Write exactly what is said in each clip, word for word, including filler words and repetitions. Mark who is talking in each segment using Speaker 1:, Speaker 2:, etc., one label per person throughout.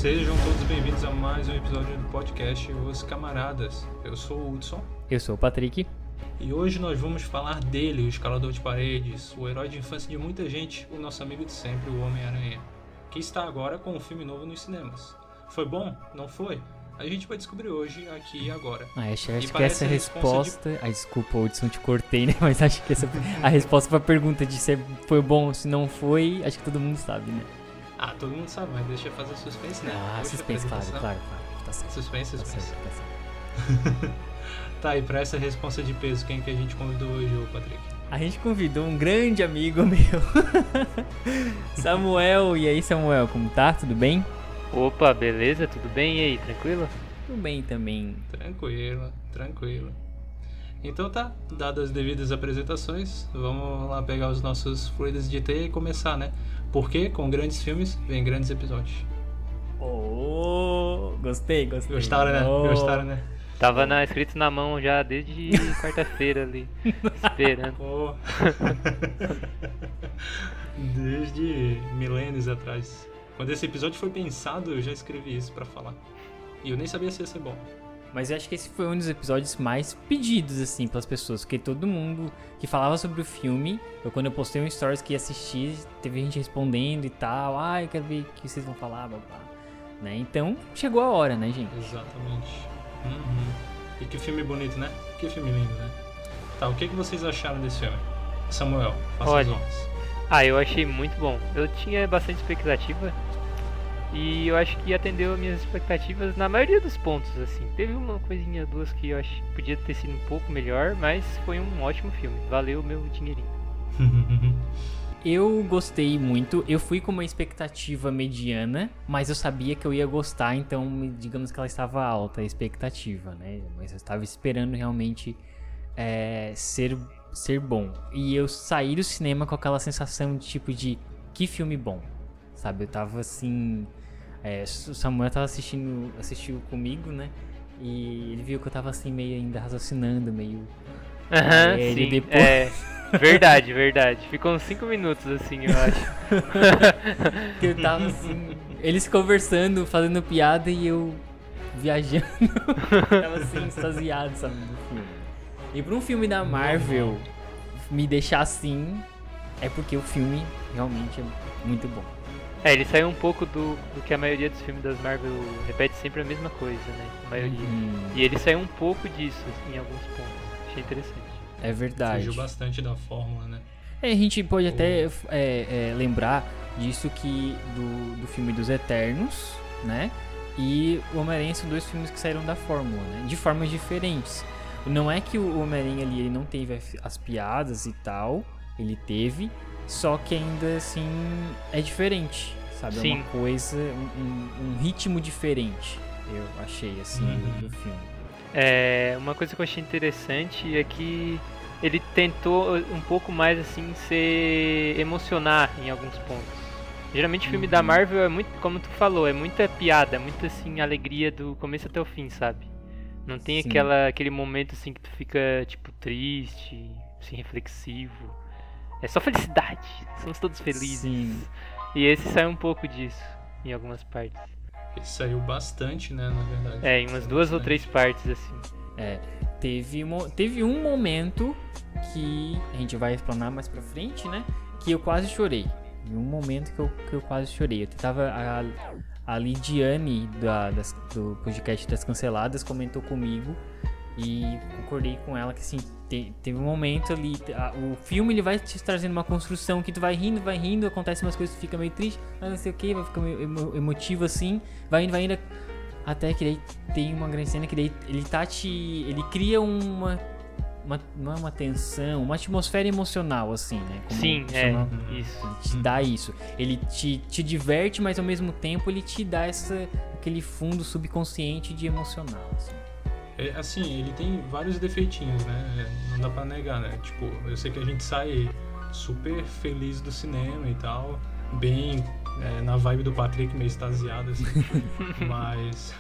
Speaker 1: Sejam todos bem-vindos a mais um episódio do podcast Os Camaradas. Eu sou o Hudson.
Speaker 2: Eu sou o Patrick.
Speaker 1: E hoje nós vamos falar dele, o escalador de paredes, o herói de infância de muita gente, o nosso amigo de sempre, o Homem-Aranha, que está agora com um filme novo nos cinemas. Foi bom? Não foi? A gente vai descobrir hoje, aqui e agora.
Speaker 2: Ah, acho, acho que essa resposta... De... Ah, desculpa, Hudson, te cortei, né? Mas acho que essa a resposta para a pergunta de se foi bom ou se não foi, acho que todo mundo sabe, né?
Speaker 1: Ah, todo mundo sabe, mas deixa eu fazer suspense, né?
Speaker 2: Ah,
Speaker 1: Deixa
Speaker 2: suspense, claro, claro, claro. Tá certo.
Speaker 1: Suspense, suspense.
Speaker 2: Tá certo, tá certo.
Speaker 1: Tá, e pra essa resposta de peso, quem que a gente convidou hoje, ô Patrick?
Speaker 2: A gente convidou um grande amigo meu, Samuel. E aí, Samuel, como tá? Tudo bem?
Speaker 3: Opa, beleza? Tudo bem? E aí, tranquilo?
Speaker 2: Tudo bem também.
Speaker 1: Tranquilo, tranquilo. Então tá, dadas as devidas apresentações, vamos lá pegar os nossos fluidos de teia e começar, né? Porque com grandes filmes vem grandes episódios.
Speaker 2: Oh, gostei, gostei.
Speaker 1: Gostaram, né?
Speaker 2: Oh.
Speaker 1: Gostaram, né?
Speaker 3: Tava na, escrito na mão já desde quarta-feira ali, esperando.
Speaker 1: Oh. Desde milênios atrás. Quando esse episódio foi pensado, eu já escrevi isso pra falar. E eu nem sabia se ia ser bom.
Speaker 2: Mas eu acho que esse foi um dos episódios mais pedidos, assim, pelas pessoas. Porque todo mundo que falava sobre o filme, eu, quando eu postei um stories que ia assistir, teve gente respondendo e tal. Ah, eu quero ver o que vocês vão falar, babá. Né? Então, chegou a hora, né, gente?
Speaker 1: Exatamente. Uhum. E que filme bonito, né? Que filme lindo, né? Tá, o que, que vocês acharam desse filme? Samuel, faça as honras.
Speaker 3: Ah, eu achei muito bom. Eu tinha bastante expectativa e eu acho que atendeu as minhas expectativas na maioria dos pontos, assim. Teve uma coisinha, duas que eu acho que podia ter sido um pouco melhor, mas foi um ótimo filme. Valeu o meu dinheirinho.
Speaker 2: Eu gostei muito, eu fui com uma expectativa mediana, mas eu sabia que eu ia gostar, então digamos que ela estava alta, a expectativa, né? Mas eu estava esperando realmente é, ser, ser bom. E eu saí do cinema com aquela sensação de tipo de, que filme bom, sabe? Eu tava assim, é, o Samuel tava assistindo, assistiu comigo, né? E ele viu que eu tava assim meio ainda raciocinando, meio...
Speaker 3: Aham, uhum, sim, depois... é... Verdade, verdade. Ficou uns cinco minutos assim, eu acho.
Speaker 2: Que eu tava assim, eles conversando, fazendo piada e eu viajando. Tava assim, extasiado, sabe, do filme. E pra um filme da Marvel me deixar assim, é porque o filme realmente é muito bom.
Speaker 3: É, ele saiu um pouco do, do que a maioria dos filmes das Marvel repete sempre a mesma coisa, né? A maioria. Hum. E ele saiu um pouco disso assim, em alguns pontos. Achei interessante.
Speaker 2: É verdade.
Speaker 1: Fugiu bastante da fórmula, né?
Speaker 2: É, a gente pode até é, é, lembrar disso que do, do filme dos Eternos, né? E o Homem-Aranha são dois filmes que saíram da fórmula, né? De formas diferentes. Não é que o Homem-Aranha ali ele não teve as piadas e tal, ele teve, só que ainda assim é diferente, sabe? Sim. É uma coisa, um, um ritmo diferente, eu achei assim, uhum. do, do filme.
Speaker 3: É, uma coisa que eu achei interessante é que ele tentou um pouco mais assim ser emocionar em alguns pontos. Geralmente o filme uhum. da Marvel é muito, como tu falou, é muita piada, muita assim alegria do começo até o fim, sabe? Não tem aquela, aquele momento assim que tu fica tipo triste, assim reflexivo. É só felicidade, somos todos felizes. Sim. E esse sai um pouco disso em algumas partes.
Speaker 1: Ele saiu bastante, né, na verdade.
Speaker 3: É, em umas duas bastante. ou três partes, assim.
Speaker 2: É, teve, teve um momento que a gente vai explanar mais pra frente, né, que eu quase chorei. Em um momento que eu, que eu quase chorei. Eu tava, a, a Lidiane da, das, do podcast das Canceladas comentou comigo e concordei com ela que, assim, te, teve um momento ali, a, o filme ele vai te trazendo uma construção que tu vai rindo, vai rindo, acontece umas coisas que fica meio triste, mas não sei o que, vai ficar meio emo, emotivo assim, vai indo, vai indo, até que daí tem uma grande cena que daí ele tá te, ele cria uma, uma não é uma tensão, uma atmosfera emocional assim, né? Como
Speaker 3: Sim, é, isso.
Speaker 2: Ele te dá isso, ele te, te diverte, mas ao mesmo tempo ele te dá essa, aquele fundo subconsciente de emocional, assim.
Speaker 1: É, assim, ele tem vários defeitinhos, né? Não dá pra negar, né? Tipo, eu sei que a gente sai super feliz do cinema e tal, bem é, na vibe do Patrick, meio extasiado, assim. mas...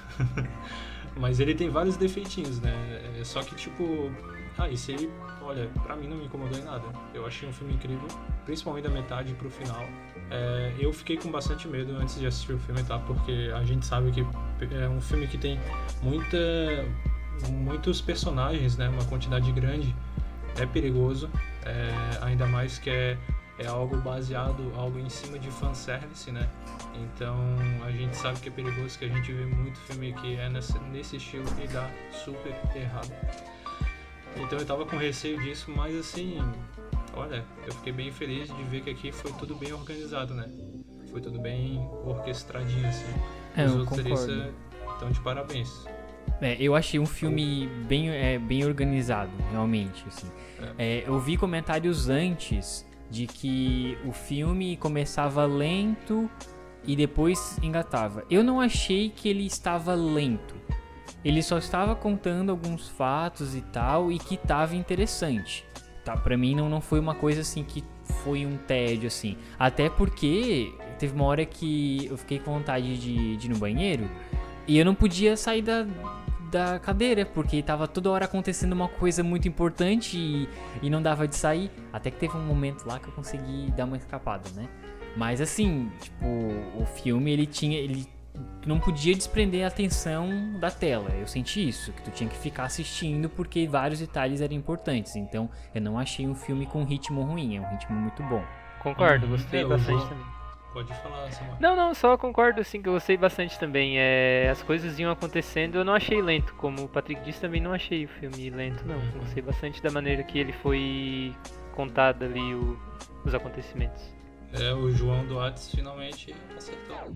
Speaker 1: mas ele tem vários defeitinhos, né? Só que, tipo... Ah, esse aí, olha, pra mim não me incomodou em nada. Eu achei um filme incrível. principalmente da metade pro final. É, eu fiquei com bastante medo antes de assistir o filme, tá? Porque a gente sabe que é um filme que tem muita, muitos personagens, né? Uma quantidade grande. É perigoso, é, ainda mais que é, é algo baseado, algo em cima de fanservice, né? Então a gente sabe que é perigoso, que a gente vê muito filme que é nesse, nesse estilo e dá super errado. Então eu tava com receio disso, mas assim, olha, eu fiquei bem feliz de ver que aqui foi tudo bem organizado, né? Foi tudo bem orquestradinho, assim.
Speaker 2: É,
Speaker 1: Os
Speaker 2: eu
Speaker 1: outros
Speaker 2: concordo.
Speaker 1: estão de parabéns.
Speaker 2: É, eu achei um filme bem, é, bem organizado, realmente, assim. É, eu vi comentários antes de que o filme começava lento e depois engatava. Eu não achei que ele estava lento. Ele só estava contando alguns fatos e tal, e que estava interessante. Tá, pra mim não, não foi uma coisa assim que foi um tédio, assim. Até porque teve uma hora que eu fiquei com vontade de, de ir no banheiro e eu não podia sair da, da cadeira, porque tava toda hora acontecendo uma coisa muito importante e, e não dava de sair. Até que teve um momento lá que eu consegui dar uma escapada, né? Mas assim, tipo, o filme ele tinha... ele Tu não podia desprender a atenção da tela. Eu senti isso, que tu tinha que ficar assistindo porque vários detalhes eram importantes. Então, eu não achei um filme com ritmo ruim, é um ritmo muito bom.
Speaker 3: Concordo,
Speaker 1: Uhum.
Speaker 3: gostei
Speaker 1: É, eu
Speaker 3: bastante
Speaker 1: vou-
Speaker 3: também.
Speaker 1: Pode falar, Samuel.
Speaker 3: Não, não, só concordo assim que eu gostei bastante também. É, as coisas iam acontecendo, eu não achei lento. Como o Patrick disse, também não achei o filme lento, não. Gostei bastante da maneira que ele foi contado ali o- os acontecimentos.
Speaker 1: É, o João Duarte finalmente acertou.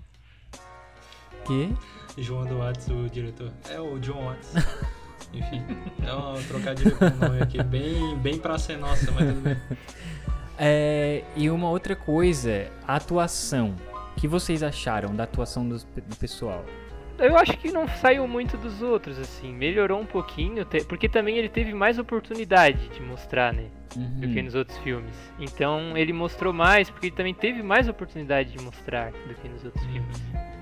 Speaker 2: Que?
Speaker 1: João Duarte, o diretor. É o John Watts. Enfim, é um trocadilho com o nome aqui, bem, bem pra ser nossa, mas tudo bem.
Speaker 2: É, e uma outra coisa, a atuação. O que vocês acharam da atuação dos- do pessoal?
Speaker 3: Eu acho que não saiu muito dos outros, assim. Melhorou um pouquinho, te- porque também ele teve mais oportunidade de mostrar, né? Do que
Speaker 2: Uhum.
Speaker 3: nos outros filmes. Então ele mostrou mais, porque ele também teve mais oportunidade de mostrar do que nos outros filmes.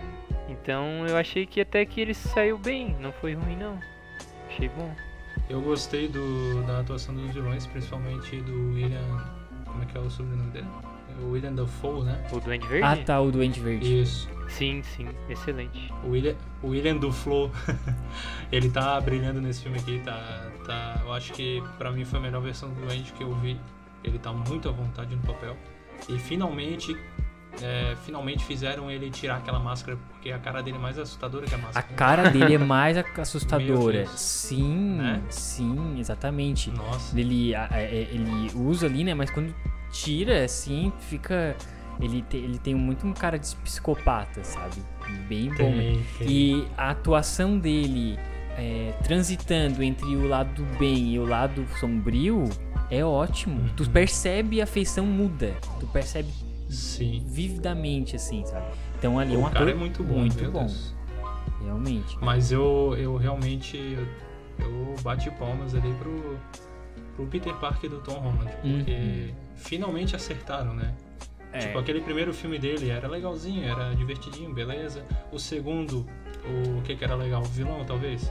Speaker 3: Então eu achei que até que ele saiu bem, não foi ruim não. Achei bom.
Speaker 1: Eu gostei do, da atuação dos vilões, principalmente do William. Como é que é o sobrenome dele? É o William Dafoe, né?
Speaker 3: O Duende Verde?
Speaker 2: Ah, tá, o Duende Verde.
Speaker 1: Isso.
Speaker 3: Sim, sim, excelente.
Speaker 1: O William, o William Dafoe, ele tá brilhando nesse filme aqui, tá, tá, eu acho que pra mim foi a melhor versão do Duende que eu vi. Ele tá muito à vontade no papel. E finalmente, é, finalmente fizeram ele tirar aquela máscara, porque a cara dele é mais assustadora que a
Speaker 2: A
Speaker 1: máscara.
Speaker 2: cara dele é mais
Speaker 1: Meu
Speaker 2: assustadora.
Speaker 1: Deus.
Speaker 2: Sim,
Speaker 1: Né?
Speaker 2: sim, exatamente.
Speaker 1: Nossa.
Speaker 2: Ele, a- é- ele usa ali, né? Mas quando tira, assim, fica... Ele, te- ele tem muito um cara de psicopata, sabe? Bem bom.
Speaker 1: Tem, tem.
Speaker 2: E a atuação dele é, transitando entre o lado bem e o lado sombrio é ótimo.
Speaker 1: Uhum.
Speaker 2: Tu percebe a feição muda. Tu percebe
Speaker 1: Sim.
Speaker 2: vividamente, assim, sabe? Então ali é um
Speaker 1: O
Speaker 2: ator
Speaker 1: cara é muito bom,
Speaker 2: muito
Speaker 1: meu
Speaker 2: bom,
Speaker 1: Deus.
Speaker 2: realmente.
Speaker 1: Mas eu, eu realmente eu, eu bati palmas ali pro, pro Peter Parker do Tom Holland, porque
Speaker 2: Uhum.
Speaker 1: finalmente acertaram, né?
Speaker 2: É.
Speaker 1: Tipo, aquele primeiro filme dele era legalzinho, era divertidinho, beleza. O segundo, o que que era legal? O vilão, talvez.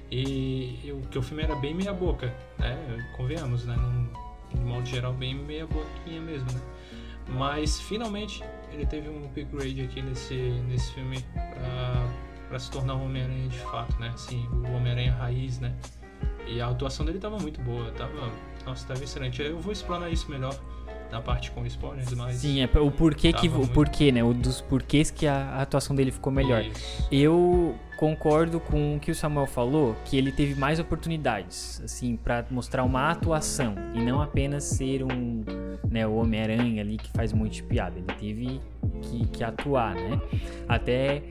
Speaker 1: E, e o que o filme era bem meia boca, né? Convenhamos, né? No, no modo geral, bem meia boquinha mesmo, né? Mas finalmente ele teve um upgrade aqui nesse, nesse filme pra, pra se tornar um Homem-Aranha de fato, né? Assim, o Homem-Aranha raiz, né? E a atuação dele tava muito boa, tava... Nossa, tava excelente. Eu vou explanar isso melhor na parte com spoilers, mas...
Speaker 2: Sim, é o porquê que
Speaker 1: Tava
Speaker 2: o
Speaker 1: muito-
Speaker 2: porquê, né? O dos porquês que a, a atuação dele ficou melhor.
Speaker 1: Isso.
Speaker 2: Eu concordo com o que o Samuel falou, que ele teve mais oportunidades, assim, pra mostrar uma atuação e não apenas ser um, né, o Homem-Aranha ali que faz um monte de piada. Ele teve que, que atuar, né? Até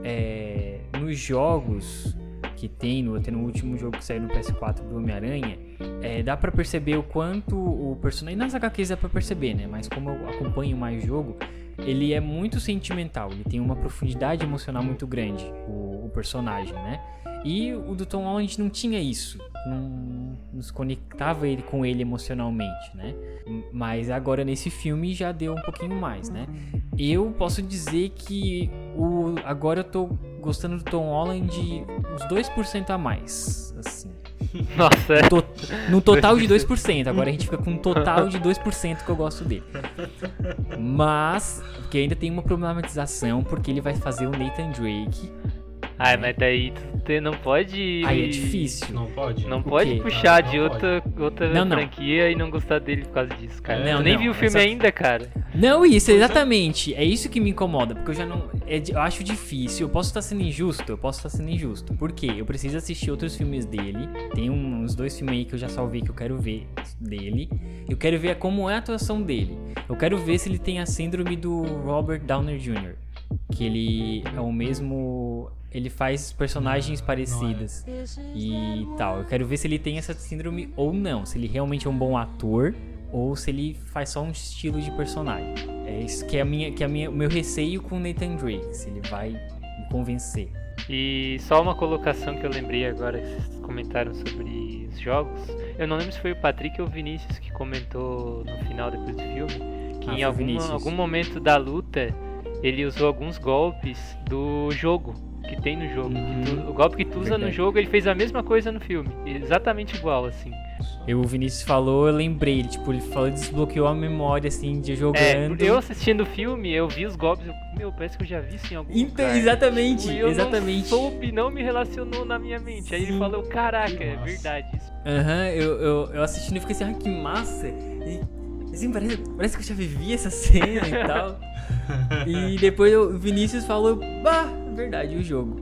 Speaker 2: é, nos jogos que tem, no, até no último jogo que saiu no P S quatro do Homem-Aranha, é, dá pra perceber o quanto o personagem, nas H Qs dá pra perceber, né? Mas como eu acompanho mais o jogo, ele é muito sentimental, ele tem uma profundidade emocional muito grande, o, o personagem, né? E o do Tom Holland não tinha isso, não nos conectava ele com ele emocionalmente, né? Mas agora nesse filme já deu um pouquinho mais, né? Eu posso dizer que o, agora eu tô gostando do Tom Holland uns dois por cento a mais, assim.
Speaker 3: Nossa,
Speaker 2: To- no total de dois por cento. Agora a gente fica com um total de dois por cento que eu gosto dele. Mas, porque ainda tem uma problematização, porque ele vai fazer o Nathan Drake.
Speaker 3: ai, mas daí tu não pode.
Speaker 2: Aí é difícil.
Speaker 1: Não pode?
Speaker 3: Não
Speaker 2: O
Speaker 3: pode
Speaker 2: quê?
Speaker 3: puxar
Speaker 1: Não,
Speaker 3: de
Speaker 1: não
Speaker 3: outra, outra
Speaker 2: Não, não.
Speaker 3: franquia e não gostar dele por causa disso, cara.
Speaker 1: É,
Speaker 3: eu nem
Speaker 2: não,
Speaker 3: vi o filme
Speaker 2: essa-
Speaker 3: ainda, cara.
Speaker 2: Não, isso, exatamente. É isso que me incomoda, porque eu já não. é di- eu acho difícil. Eu posso estar sendo injusto, eu posso estar sendo injusto. Por quê? Eu preciso assistir outros filmes dele. Tem um- uns dois filmes aí que eu já salvei que eu quero ver dele. Eu quero ver como é a atuação dele. Eu quero ver se ele tem a síndrome do Robert Downey Júnior Que ele é o mesmo. Ele faz personagens
Speaker 1: Não,
Speaker 2: parecidas e tal. Eu quero ver se ele tem essa síndrome ou não. Se ele realmente é um bom ator ou se ele faz só um estilo de personagem. É isso que é a minha, que é a minha, o meu receio com o Nathan Drake. Se ele vai me convencer.
Speaker 3: E só uma colocação que eu lembrei agora que vocês comentaram sobre os jogos. Eu não lembro se foi o Patrick ou o Vinícius que comentou no final depois do filme que
Speaker 2: Ah,
Speaker 3: em
Speaker 2: foi o
Speaker 3: alguma,
Speaker 2: Vinícius.
Speaker 3: algum momento da luta ele usou alguns golpes do jogo que tem no jogo.
Speaker 2: Uhum.
Speaker 3: Que tu- o golpe que tu usa no
Speaker 2: Verdade.
Speaker 3: jogo, ele fez a mesma coisa no filme. Exatamente igual, assim.
Speaker 2: Eu, o Vinícius falou, eu lembrei. Ele, tipo, ele falou, desbloqueou a memória, assim, de
Speaker 3: É,
Speaker 2: jogando.
Speaker 3: eu assistindo o filme, eu vi os golpes, eu, meu, parece que eu já vi isso em algum
Speaker 2: Então,
Speaker 3: lugar.
Speaker 2: exatamente,
Speaker 3: Tipo, e eu
Speaker 2: exatamente.
Speaker 3: não soube, não me relacionou na minha mente. Aí ele
Speaker 2: Sim.
Speaker 3: falou, caraca, é
Speaker 1: Nossa.
Speaker 3: verdade isso.
Speaker 2: Aham, eu, eu, eu assistindo e fiquei assim, ah, que massa. E, assim, parece, parece que eu já vivi essa cena e tal. E depois o Vinícius falou, bah, verdade, o jogo.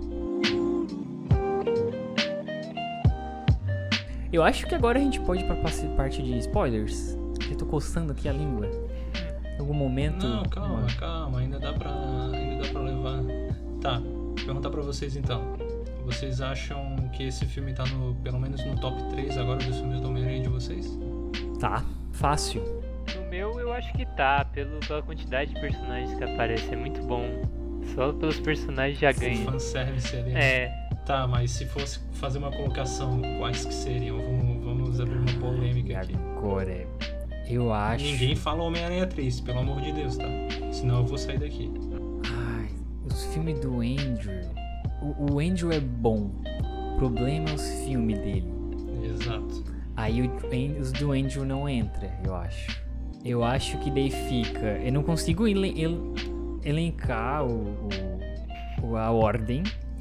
Speaker 2: Eu acho que agora a gente pode ir pra passe- parte de spoilers. Eu tô coçando aqui a língua. Em algum momento.
Speaker 1: Não, calma,
Speaker 2: uma-
Speaker 1: calma, ainda dá pra. Ainda dá pra levar. Tá, perguntar pra vocês então. Vocês acham que esse filme tá no, pelo menos no top três agora dos filmes do Homem-Aranha de vocês?
Speaker 2: Tá, fácil.
Speaker 3: No meu, eu acho que tá, pelo, pela quantidade de personagens que aparecem. É muito bom. Só pelos personagens já ganha.
Speaker 1: Fanservice ali.
Speaker 3: É,
Speaker 1: Tá, mas se fosse fazer uma colocação, quais que seriam? Vamos, vamos abrir uma
Speaker 2: E
Speaker 1: polêmica aqui.
Speaker 2: agora, eu acho.
Speaker 1: Ninguém fala Homem-Aranha três, pelo amor de Deus, tá? Senão eu vou sair daqui.
Speaker 2: Ai, os filmes do Andrew. O, o Andrew é bom. O problema é os filmes dele.
Speaker 1: Exato.
Speaker 2: Aí o, An- os do Andrew não entra, eu acho. Eu acho que daí fica. Eu não consigo ele- el- elencar o, o- o- a ordem,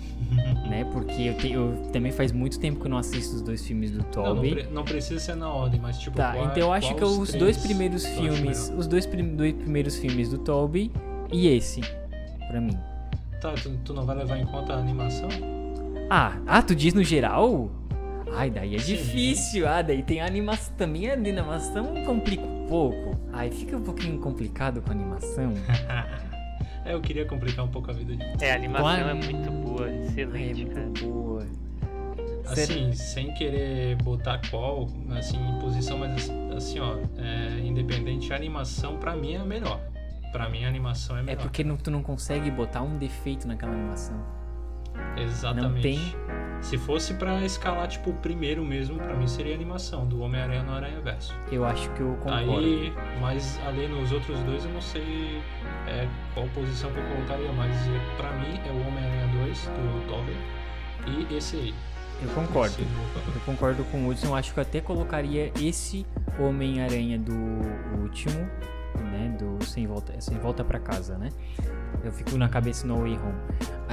Speaker 2: né? Porque eu, te- eu também faz muito tempo que eu não assisto os dois filmes do
Speaker 1: Não, não,
Speaker 2: Tobey.
Speaker 1: pre- não precisa ser na ordem, mas tipo.
Speaker 2: Tá,
Speaker 1: qual-
Speaker 2: então eu acho
Speaker 1: qual
Speaker 2: que os dois
Speaker 1: três
Speaker 2: primeiros
Speaker 1: tu acha
Speaker 2: filmes,
Speaker 1: melhor?
Speaker 2: os dois, prim- dois primeiros filmes do Tobey e esse, pra mim.
Speaker 1: Tá, tu, tu não vai levar em conta a animação?
Speaker 2: Ah, ah, tu diz no geral? Ai, daí é
Speaker 1: Sim.
Speaker 2: difícil. Ah, daí tem a animação também, a animação complica um pouco. Ai, fica um pouquinho complicado com a animação.
Speaker 1: É, eu queria complicar um pouco a vida de.
Speaker 3: é, a animação
Speaker 2: Claro.
Speaker 3: é muito boa,
Speaker 2: Ai, é
Speaker 3: excelente, cara.
Speaker 2: muito boa.
Speaker 1: Assim, sem querer botar qual, assim, em posição, mas assim, ó, é, independente, a animação pra mim é a melhor. Pra mim a animação é
Speaker 2: É
Speaker 1: melhor.
Speaker 2: porque não- tu não consegue botar um defeito naquela animação.
Speaker 1: Exatamente.
Speaker 2: não tem-
Speaker 1: Se fosse pra escalar, tipo, o primeiro mesmo, pra mim seria a animação do Homem-Aranha no Aranha-Verso.
Speaker 2: Eu acho que eu concordo.
Speaker 1: Aí, mas ali nos outros dois eu não sei é, qual posição que eu colocaria, mas é, pra mim é o Homem-Aranha dois do Tobey e esse aí.
Speaker 2: Eu concordo.
Speaker 1: Esse do-
Speaker 2: Eu concordo com o Hudson. Eu acho que eu até colocaria esse Homem-Aranha do último, né? Do Sem Volta, Sem Volta Pra Casa, né? Eu fico na cabeça No Way Home.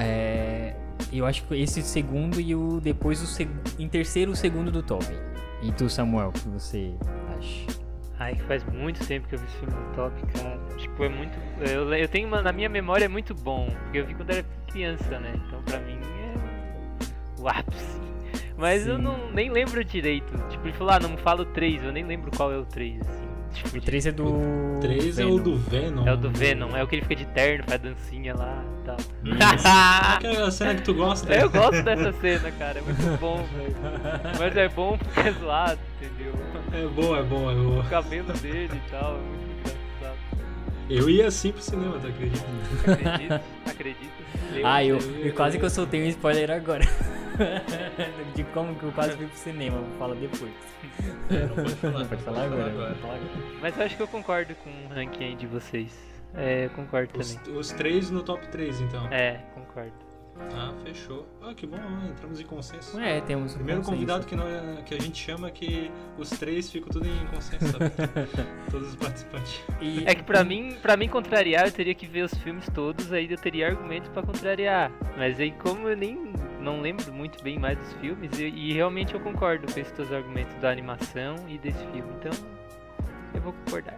Speaker 2: É, eu acho que esse segundo e o depois o seg... em terceiro o segundo do Tobey. E tu, Samuel, o que você acha?
Speaker 3: Ai, que faz muito tempo que eu vi esse filme do Top, cara. Tipo, é muito. Eu, eu tenho uma. Na minha memória é muito bom. Porque eu vi quando era criança, né? Então pra mim é o ápice. Mas eu
Speaker 2: Sim.
Speaker 3: não nem lembro direito. Tipo, ele falou, ah, não me fala o três, eu nem lembro qual é o três, assim. Tipo,
Speaker 2: O
Speaker 3: de-
Speaker 2: três é do.
Speaker 1: três é
Speaker 2: Venom.
Speaker 1: o do Venom.
Speaker 3: É o do Venom, é o que ele fica de terno, faz dancinha lá e tal.
Speaker 1: Aquela cena que tu gosta.
Speaker 3: Eu gosto dessa cena, cara, é muito bom, velho. Mas é bom porque é zoado, entendeu?
Speaker 1: É bom, é bom, é bom.
Speaker 3: O cabelo dele e tal, é muito engraçado.
Speaker 1: Eu ia assim pro cinema, tá acredita?
Speaker 3: Acredito, acredito.
Speaker 2: Ah, eu,
Speaker 1: Eu-
Speaker 2: eu quase que eu soltei um spoiler agora. De como que eu quase fui pro cinema, vou falar depois.
Speaker 1: É, não pode falar.
Speaker 2: Não pode falar agora.
Speaker 1: agora.
Speaker 2: Pode falar agora.
Speaker 3: Mas eu acho que eu concordo com o ranking aí de vocês. É, eu concordo
Speaker 1: Os,
Speaker 3: também.
Speaker 1: os três no top três, então.
Speaker 3: É, concordo.
Speaker 1: Ah, fechou. Ah, que bom, entramos em consenso.
Speaker 2: É, temos um
Speaker 1: Primeiro
Speaker 2: consenso.
Speaker 1: convidado que, nós, que a gente chama que os três ficam tudo em consenso, sabe? Todos os participantes.
Speaker 2: E-
Speaker 3: É que pra mim, pra mim contrariar, eu teria que ver os filmes todos, aí eu teria argumentos pra contrariar. Mas aí como eu nem não lembro muito bem mais dos filmes, e, e realmente eu concordo com esses teus argumentos da animação e desse filme, então eu vou concordar.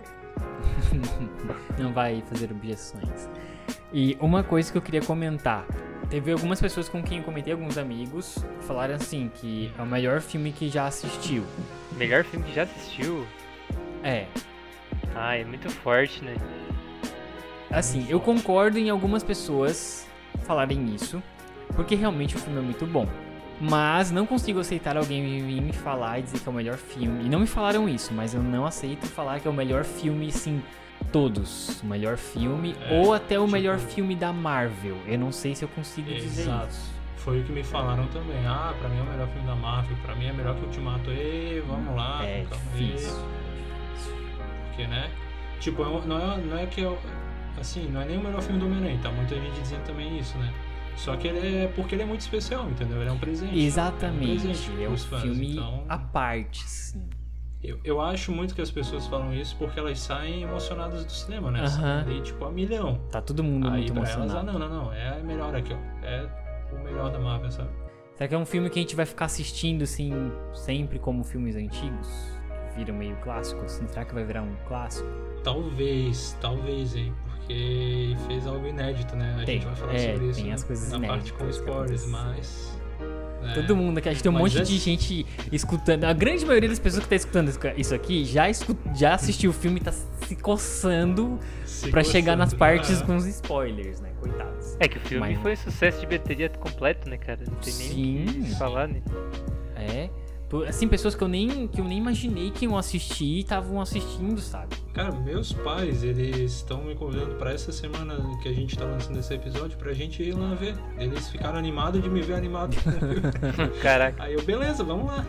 Speaker 2: Não vai fazer objeções. E uma coisa que eu queria comentar. Teve algumas pessoas com quem eu comentei, alguns amigos, falaram assim, que é o melhor filme que já assistiu.
Speaker 3: Melhor filme que já assistiu?
Speaker 2: É,
Speaker 3: Ah, é muito forte, né?
Speaker 2: assim, eu concordo em algumas pessoas falarem isso, porque realmente o filme é muito bom. Mas não consigo aceitar alguém vir me falar e dizer que é o melhor filme. E não me falaram isso, mas eu não aceito falar que é o melhor filme, sim, todos. O melhor filme,
Speaker 1: É,
Speaker 2: ou até o
Speaker 1: tipo-
Speaker 2: melhor filme da Marvel. Eu não sei se eu consigo dizer
Speaker 1: Exato.
Speaker 2: isso.
Speaker 1: Foi o que me falaram também. Ah, pra mim é o melhor filme da Marvel, pra mim é melhor que Ultimato. Ei, vamos lá,
Speaker 2: É
Speaker 1: calma aí.
Speaker 2: difícil.
Speaker 1: Porque, né? Tipo, é um- não é, não é que é. Assim, não é nem o melhor filme do Homem-Aranha, tá? Muita gente dizendo também isso, né? Só que ele é porque ele é muito especial, entendeu? Ele é um presente.
Speaker 2: Exatamente,
Speaker 1: É um presente
Speaker 2: é um
Speaker 1: pros fãs,
Speaker 2: filme
Speaker 1: então-
Speaker 2: à parte, sim.
Speaker 1: Eu, eu acho muito que as pessoas falam isso porque elas saem emocionadas do cinema, né? Saem
Speaker 2: Aham.
Speaker 1: ali, tipo, a milhão.
Speaker 2: Tá todo mundo
Speaker 1: Aí
Speaker 2: muito
Speaker 1: pra elas, ah,
Speaker 2: emocionado.
Speaker 1: não, não, não. É a melhor aqui, ó. É o melhor da Marvel, sabe?
Speaker 2: Será que é um filme que a gente vai ficar assistindo, assim, sempre como filmes antigos? Que viram meio clássico, assim? Será que vai virar um clássico?
Speaker 1: Talvez, talvez, hein? Porque fez algo inédito, né? A
Speaker 2: Tem,
Speaker 1: gente vai falar
Speaker 2: é,
Speaker 1: sobre isso
Speaker 2: tem as coisas
Speaker 1: na parte com
Speaker 2: inéditas que
Speaker 1: spoilers,
Speaker 2: acontecem.
Speaker 1: mas... né?
Speaker 2: Todo mundo aqui, a gente tem um
Speaker 1: Mas
Speaker 2: monte de
Speaker 1: esse-
Speaker 2: gente escutando. A grande maioria das pessoas que tá escutando isso aqui já, escu- já assistiu o filme e tá se coçando
Speaker 1: Se
Speaker 2: pra chegar nas
Speaker 1: coçando.
Speaker 2: partes
Speaker 1: Ah,
Speaker 2: com os spoilers, né? Coitados.
Speaker 3: É que o filme
Speaker 2: Mas-
Speaker 3: foi um sucesso de bilheteria completo, né, cara? Não tem nem o que
Speaker 2: Sim.
Speaker 3: falar, né?
Speaker 2: É. Pô, assim, pessoas que eu nem, que eu nem imaginei que iam assistir estavam assistindo, sabe?
Speaker 1: Cara, meus pais, eles estão me convidando pra essa semana que a gente tá lançando esse episódio pra gente ir lá ver. Eles ficaram animados de me ver animado.
Speaker 3: Caraca.
Speaker 1: Aí eu, beleza, vamos lá.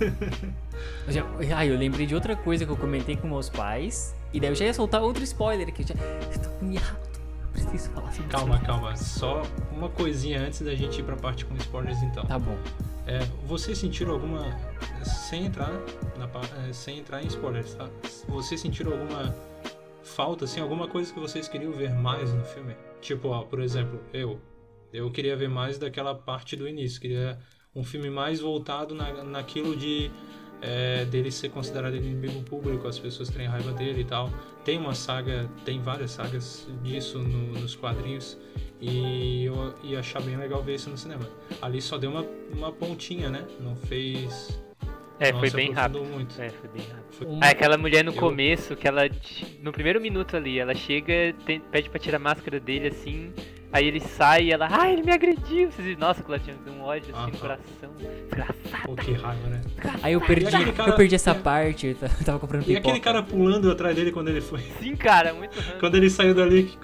Speaker 2: Eu já, ai, eu lembrei de outra coisa que eu comentei com meus pais. E daí eu já ia soltar outro spoiler que eu já. Eu tô agoniado. Eu preciso falar sobre
Speaker 1: Calma,
Speaker 2: isso.
Speaker 1: calma. Só uma coisinha antes da gente ir pra parte com spoilers, então.
Speaker 2: Tá bom.
Speaker 1: É, vocês sentiram alguma... Sem entrar, na, pa- é, sem entrar em spoilers, tá? Vocês sentiram alguma falta, assim, alguma coisa que vocês queriam ver mais no filme? Tipo, ó, por exemplo, eu. Eu queria ver mais daquela parte do início. Queria um filme mais voltado na, naquilo de... É, dele ser considerado inimigo público, as pessoas terem raiva dele e tal. Tem uma saga, tem várias sagas disso no- nos quadrinhos e eu ia achar bem legal ver isso no cinema. Ali só deu uma, uma pontinha, né? Não fez...
Speaker 3: É,
Speaker 1: não
Speaker 3: foi
Speaker 1: se
Speaker 3: bem
Speaker 1: aprofundou
Speaker 3: rápido.
Speaker 1: muito.
Speaker 3: É, foi bem rápido.
Speaker 1: Foi-
Speaker 2: Uma-
Speaker 3: Ah, aquela mulher no
Speaker 1: Eu-
Speaker 3: começo, que ela, no primeiro minuto ali, ela chega, tem- pede pra tirar a máscara dele assim, aí ele sai e ela, ah, ele me agrediu. Vocês viram? Nossa, que ela tinha um ódio assim
Speaker 1: Aham.
Speaker 3: no coração. Desgraçado.
Speaker 1: Pô, que raiva, né?
Speaker 2: Aí eu perdi,
Speaker 1: aquele cara-
Speaker 2: eu perdi essa parte, eu ta- eu tava comprando
Speaker 1: E
Speaker 2: pipoca.
Speaker 1: aquele cara pulando atrás dele quando ele foi...
Speaker 3: Sim, cara, muito random.
Speaker 1: Quando ele saiu dali... Que...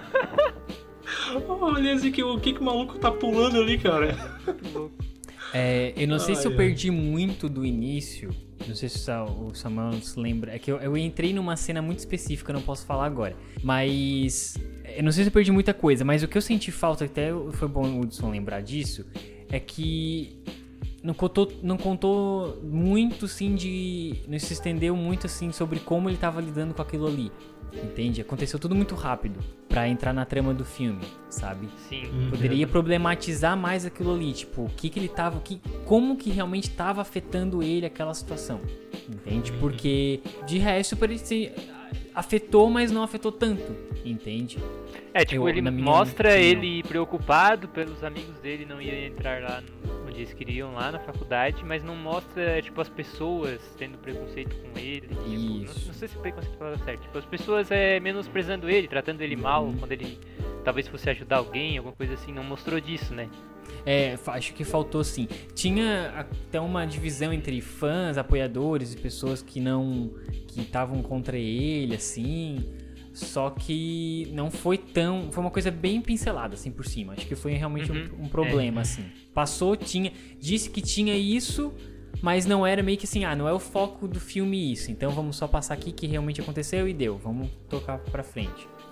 Speaker 1: Olha assim, que, o que que o maluco tá pulando ali, cara?
Speaker 2: É, eu não sei se eu
Speaker 1: Ai, ai.
Speaker 2: perdi muito do início. Não sei se o Sa- o Samuel se lembra. É que eu, eu entrei numa cena muito específica, eu não posso falar agora. Mas. Eu não sei se eu perdi muita coisa, mas o que eu senti falta, até foi bom o Hudson lembrar disso, é que não contou, não contou muito, assim, de. Não se estendeu muito, assim, sobre como ele tava lidando com aquilo ali. Entende? Aconteceu tudo muito rápido pra entrar na trama do filme, sabe?
Speaker 3: Sim.
Speaker 2: Poderia problematizar mais aquilo ali, tipo, o que que ele tava, o que, como que realmente tava afetando ele aquela situação, entende? Porque de resto parecia afetou, mas não afetou tanto, entende?
Speaker 3: É, tipo,
Speaker 2: Eu-
Speaker 3: ele
Speaker 2: na minha
Speaker 3: mostra
Speaker 2: opinião.
Speaker 3: ele preocupado pelos amigos dele não iam entrar lá no- onde eles queriam, lá na faculdade, mas não mostra, tipo, as pessoas tendo preconceito com ele. Tipo, não,
Speaker 2: Isso.
Speaker 3: não sei se preconceito é a palavra certa. Tipo, as pessoas é, menosprezando ele, tratando ele mal,
Speaker 2: Uhum.
Speaker 3: quando ele talvez fosse ajudar alguém, alguma coisa assim. Não mostrou disso, né?
Speaker 2: É, fa- acho que faltou sim. Tinha até uma divisão entre fãs, apoiadores e pessoas que não, que estavam contra ele, assim. Só que não foi tão. Foi uma coisa bem pincelada, assim, por cima. Acho que foi realmente
Speaker 3: Uhum.
Speaker 2: um, um problema,
Speaker 3: É.
Speaker 2: assim. Passou, tinha. Disse que tinha isso, mas não era meio que assim, ah, não é o foco do filme isso. Então vamos só passar aqui que realmente aconteceu e deu. Vamos tocar pra frente.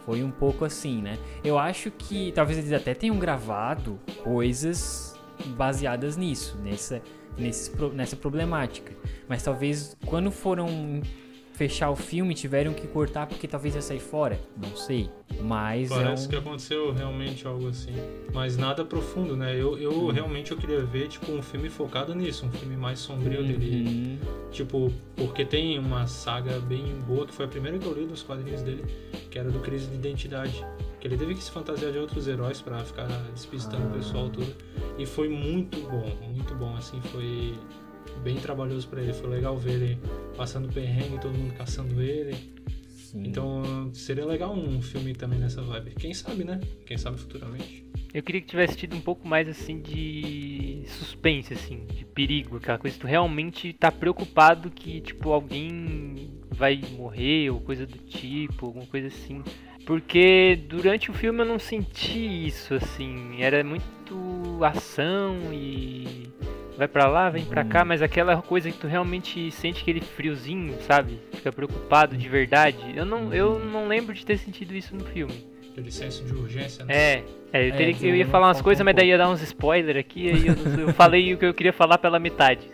Speaker 2: Foi um pouco assim, né? Eu acho que talvez eles até tenham gravado coisas baseadas nisso, nessa, nesse, nessa problemática. Mas talvez quando foram fechar o filme tiveram que cortar porque talvez ia sair fora. Não sei. Mas
Speaker 1: parece
Speaker 2: é um...
Speaker 1: que aconteceu realmente algo assim. Mas nada profundo, né? Eu, eu hum. realmente eu queria ver tipo, um filme focado nisso. Um filme mais sombrio uhum. dele. Tipo, porque tem uma saga bem boa, que foi a primeira que eu li dos quadrinhos dele, que era do Crise de Identidade. Que ele teve que se fantasiar de outros heróis pra ficar despistando ah. o pessoal tudo. E foi muito bom, muito bom, assim, foi bem trabalhoso pra ele. Foi legal ver ele passando perrengue, todo mundo caçando ele. Sim. Então seria legal um filme também nessa vibe. Quem sabe, né? Quem sabe futuramente.
Speaker 3: Eu queria que tivesse tido um pouco mais, assim, de suspense, assim, de perigo, aquela coisa que tu realmente tá preocupado que, tipo, alguém vai morrer ou coisa do tipo, alguma coisa assim. Porque durante o filme eu não senti isso, assim, era muito ação e vai pra lá, vem pra cá, mas aquela coisa que tu realmente sente aquele friozinho, sabe? Fica preocupado de verdade. Eu não, eu não lembro de ter sentido isso no filme.
Speaker 1: Aquele senso de urgência, né?
Speaker 3: É, é, eu, teria, é, eu ia falar umas coisas, um mas daí ia dar uns spoilers aqui, aí eu, eu falei o que eu queria falar pela metade.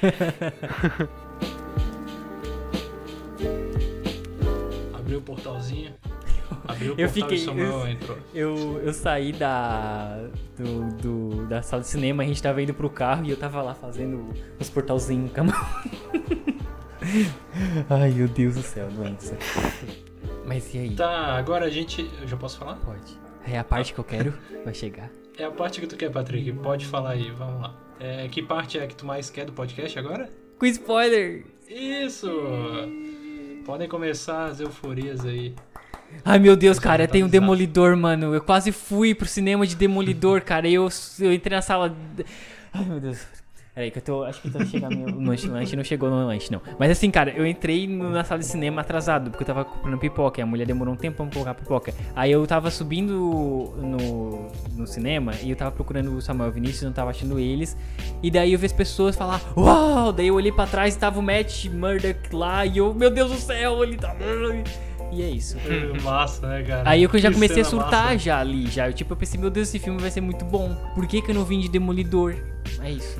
Speaker 1: Abriu o portalzinho. Abriu o portal
Speaker 2: eu fiquei,
Speaker 1: e Samuel
Speaker 2: eu,
Speaker 1: entrou.
Speaker 2: Eu, eu saí da, do, do, da sala de cinema, a gente tava indo pro carro e eu tava lá fazendo os portalzinhos com a mão. Ai, meu Deus do céu, doença. Mas e aí?
Speaker 1: Tá, agora a gente... Eu já posso falar?
Speaker 2: Pode. É a parte ah. que eu quero, vai chegar.
Speaker 1: É a parte que tu quer, Patrick. Pode falar aí, vamos lá. É, que parte é que tu mais quer do podcast agora?
Speaker 2: Com spoiler!
Speaker 1: Isso! Podem começar as euforias aí.
Speaker 2: Ai, meu Deus, cara, tem um Demolidor, mano. Eu quase fui pro cinema de Demolidor, cara. E eu, eu entrei na sala... Ai, meu Deus. Peraí, que eu tô... Acho que tô chegando no lanche. O lanche não chegou no lanche, não. Mas assim, cara, eu entrei no, na sala de cinema atrasado, porque eu tava comprando pipoca. E a mulher demorou um tempo pra colocar pipoca. Aí eu tava subindo no, no cinema e eu tava procurando o Samuel Vinícius, não tava achando eles. E daí eu vi as pessoas falar, uau! Daí eu olhei pra trás e tava o Matt Murdock lá. E eu, meu Deus do céu, ele tá... E é isso.
Speaker 1: Massa, né, cara?
Speaker 2: Aí eu já
Speaker 1: que
Speaker 2: comecei a surtar
Speaker 1: massa.
Speaker 2: já ali, já. Eu, tipo, eu pensei, meu Deus, esse filme vai ser muito bom. Por que que eu não vim de Demolidor? É isso.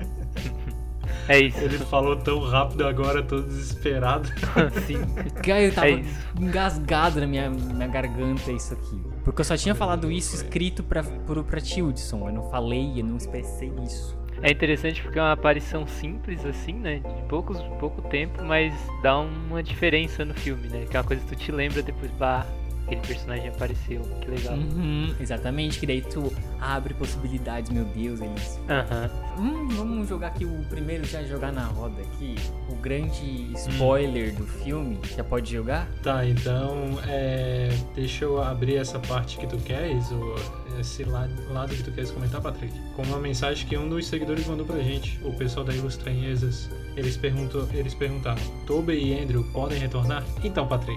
Speaker 3: É isso.
Speaker 1: Ele falou tão rápido agora, todo desesperado.
Speaker 3: Sim.
Speaker 2: Cara, eu tava
Speaker 3: é
Speaker 2: engasgado na minha, minha garganta isso aqui. Porque eu só tinha falado isso escrito pra, pra, pra Tildson. Eu não falei, eu não expressei isso.
Speaker 3: É interessante porque é uma aparição simples, assim, né? De poucos, pouco tempo, mas dá uma diferença no filme, né? Que é uma coisa que tu te lembra depois, bah, aquele personagem apareceu, que legal.
Speaker 2: Uhum, exatamente, que daí tu abre possibilidades, meu Deus, é isso.
Speaker 3: Aham.
Speaker 2: Hum, vamos jogar aqui o primeiro, já jogar na roda aqui, o grande spoiler hum. do filme, já pode jogar?
Speaker 1: Tá, então, é, deixa eu abrir essa parte que tu queres, ou esse lado, lado que tu queres comentar, Patrick, com uma mensagem que um dos seguidores mandou pra gente, o pessoal da Ilustranhezas. Eles, perguntou, eles perguntaram, Tobey e Andrew podem retornar? Então, Patrick.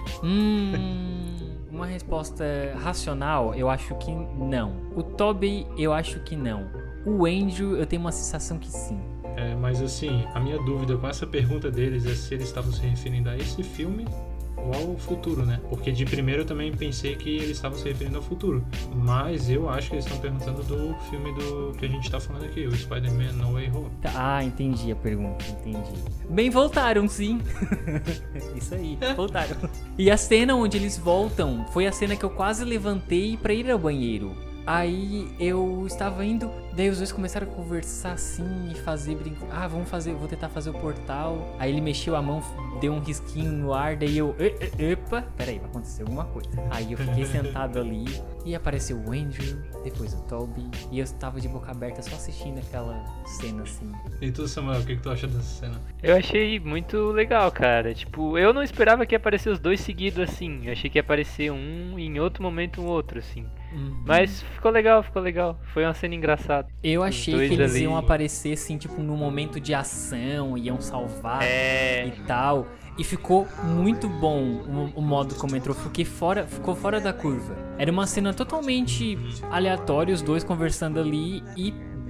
Speaker 2: Hum... Uma resposta racional, eu acho que não. O Tobey, eu acho que não. O Andrew, eu tenho uma sensação que sim.
Speaker 1: É, mas assim, a minha dúvida com essa pergunta deles é se eles estavam se referindo a esse filme ou ao futuro, né? Porque de primeiro eu também pensei que eles estavam se referindo ao futuro. Mas eu acho que eles estão perguntando do filme do que a gente tá falando aqui, o Spider-Man No Way Home.
Speaker 2: Ah, entendi a pergunta, entendi. Bem, voltaram, sim. Isso aí, voltaram. E a cena onde eles voltam foi a cena que eu quase levantei pra ir ao banheiro. Aí eu estava indo, daí os dois começaram a conversar assim e fazer brincar. Ah, vamos fazer, vou tentar fazer o portal. Aí ele mexeu a mão, deu um risquinho no ar, daí eu, epa, peraí, vai acontecer alguma coisa. Aí eu fiquei sentado ali e apareceu o Andrew, depois o Tobey, e eu estava de boca aberta só assistindo aquela cena assim.
Speaker 1: E tu, Samuel, o que, que tu acha dessa cena?
Speaker 3: Eu achei muito legal, cara. Tipo, eu não esperava que ia aparecer os dois seguidos assim. Eu achei que ia aparecer um e em outro momento um outro, assim. Uhum. Mas ficou legal, ficou legal. Foi uma cena engraçada.
Speaker 2: Eu achei que eles ali iam aparecer assim, tipo, num momento de ação, iam salvar
Speaker 3: é...
Speaker 2: e tal. E ficou muito bom o, o modo como entrou. Fiquei fora, ficou fora da curva. Era uma cena totalmente aleatória, os dois conversando ali e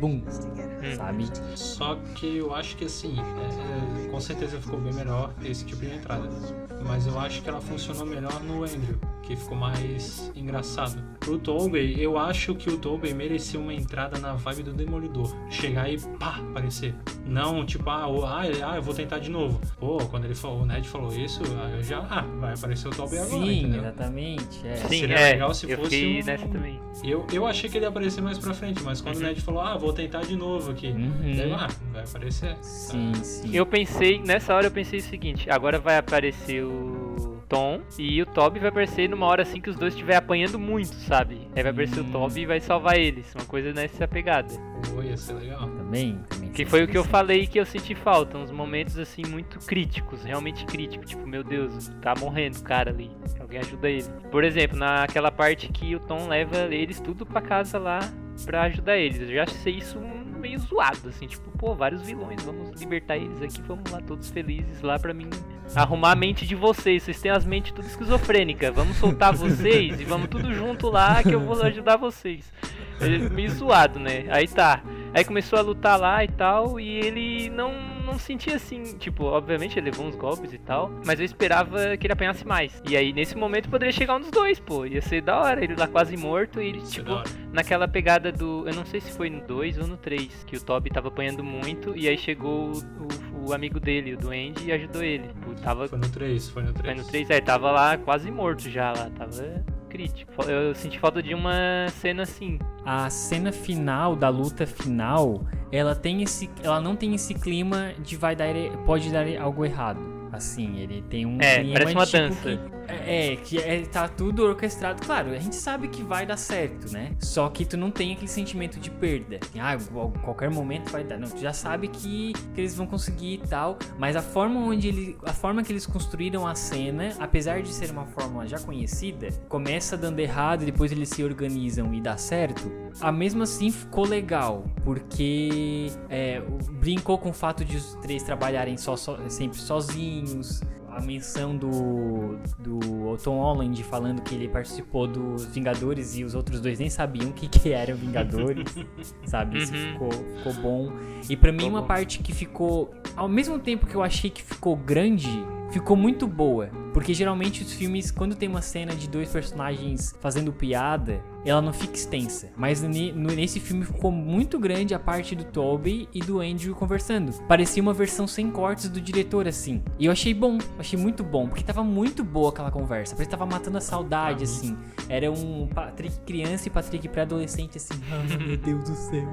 Speaker 2: bum, sabe?
Speaker 1: Só que eu acho que assim, é, com certeza ficou bem melhor esse tipo de entrada. Mas eu acho que ela funcionou melhor no Andrew, que ficou mais engraçado. Pro Tobey, eu acho que o Tobey merecia uma entrada na vibe do Demolidor. Chegar e pá, aparecer. Não, tipo, ah, o- ah, ele- ah, eu vou tentar de novo. Pô, quando ele falou, o Ned falou isso, ah, eu já, ah, vai aparecer o Tobey agora,
Speaker 2: Sim,
Speaker 1: entendeu?
Speaker 2: exatamente. É.
Speaker 3: Sim,
Speaker 1: Seria
Speaker 3: é,
Speaker 1: legal se
Speaker 3: eu
Speaker 1: fosse
Speaker 3: fiquei
Speaker 1: um-
Speaker 3: nessa também.
Speaker 1: Eu, eu achei que ele ia aparecer mais pra frente, mas quando
Speaker 3: Uhum.
Speaker 1: o Ned falou, ah, vou tentar de novo aqui.
Speaker 2: Uhum.
Speaker 1: Daí, ah, vai aparecer.
Speaker 2: Sim, sim.
Speaker 3: Eu pensei, nessa hora eu pensei o seguinte, agora vai aparecer o Tom e o Toby vai aparecer numa hora assim que os dois estiverem apanhando muito, sabe? Aí vai aparecer
Speaker 2: Hum.
Speaker 3: o Toby e vai salvar eles, uma coisa nessa pegada.
Speaker 1: Pô, ia ser legal.
Speaker 2: Também, também.
Speaker 3: Que foi o que eu falei que eu senti falta, uns momentos assim muito críticos, realmente críticos, tipo, meu Deus, tá morrendo o cara ali, alguém ajuda ele. Por exemplo, naquela parte que o Tom leva eles tudo pra casa lá pra ajudar eles, eu já achei isso meio zoado, assim, tipo, pô, vários vilões, vamos libertar eles aqui, vamos lá todos felizes lá pra mim arrumar a mente de vocês, vocês têm as mentes tudo esquizofrênicas, vamos soltar vocês e vamos tudo junto lá que eu vou ajudar vocês. É meio zoado, né? Aí tá. Aí começou a lutar lá e tal, e ele não, não sentia assim, tipo, obviamente ele levou uns golpes e tal, mas eu esperava que ele apanhasse mais. E aí nesse momento poderia chegar um dos dois, pô, ia ser da hora, ele lá quase morto e ele,
Speaker 1: Isso é
Speaker 3: tipo,
Speaker 1: da hora.
Speaker 3: naquela pegada do, eu não sei se foi no dois ou no três, que o Toby tava apanhando muito, e aí chegou o, o, o amigo dele, o Duende, e ajudou ele. Tipo, tava,
Speaker 1: Foi no três, foi no
Speaker 3: foi
Speaker 1: três.
Speaker 3: no três, é, tava lá quase morto já, lá, tava crítico. Eu senti falta de uma cena assim.
Speaker 2: A cena final da luta final, ela tem esse, ela não tem esse clima de vai dar, pode dar algo errado. Assim, ele tem um
Speaker 3: É,
Speaker 2: clima
Speaker 3: parece uma
Speaker 2: tipo
Speaker 3: dança.
Speaker 2: que- é, é, que é, tá tudo orquestrado. Claro, a gente sabe que vai dar certo, né? Só que tu não tem aquele sentimento de perda. Ah, a qualquer momento vai dar. Não, tu já sabe que, que eles vão conseguir e tal. Mas a forma onde ele, a forma que eles construíram a cena, apesar de ser uma fórmula já conhecida, começa dando errado e depois eles se organizam e dá certo. A mesmo assim ficou legal, porque é, o- brincou com o fato de os três trabalharem só, só- sempre sozinhos. A menção do, do Tom Holland falando que ele participou dos Vingadores e os outros dois nem sabiam o que, que eram Vingadores, sabe? Isso
Speaker 3: Uhum.
Speaker 2: ficou, ficou bom. E pra mim
Speaker 3: Ficou
Speaker 2: uma
Speaker 3: bom.
Speaker 2: parte que ficou, ao mesmo tempo que eu achei que ficou grande, ficou muito boa. Porque geralmente os filmes, quando tem uma cena de dois personagens fazendo piada, ela não fica extensa. Mas ne- no- nesse filme ficou muito grande a parte do Tobey e do Andrew conversando. Parecia uma versão sem cortes do diretor, assim. E eu achei bom, achei muito bom, porque tava muito boa aquela conversa. Parecia que tava matando a saudade, assim. Era um Patrick criança e Patrick pré-adolescente, assim. Ah, meu Deus do céu.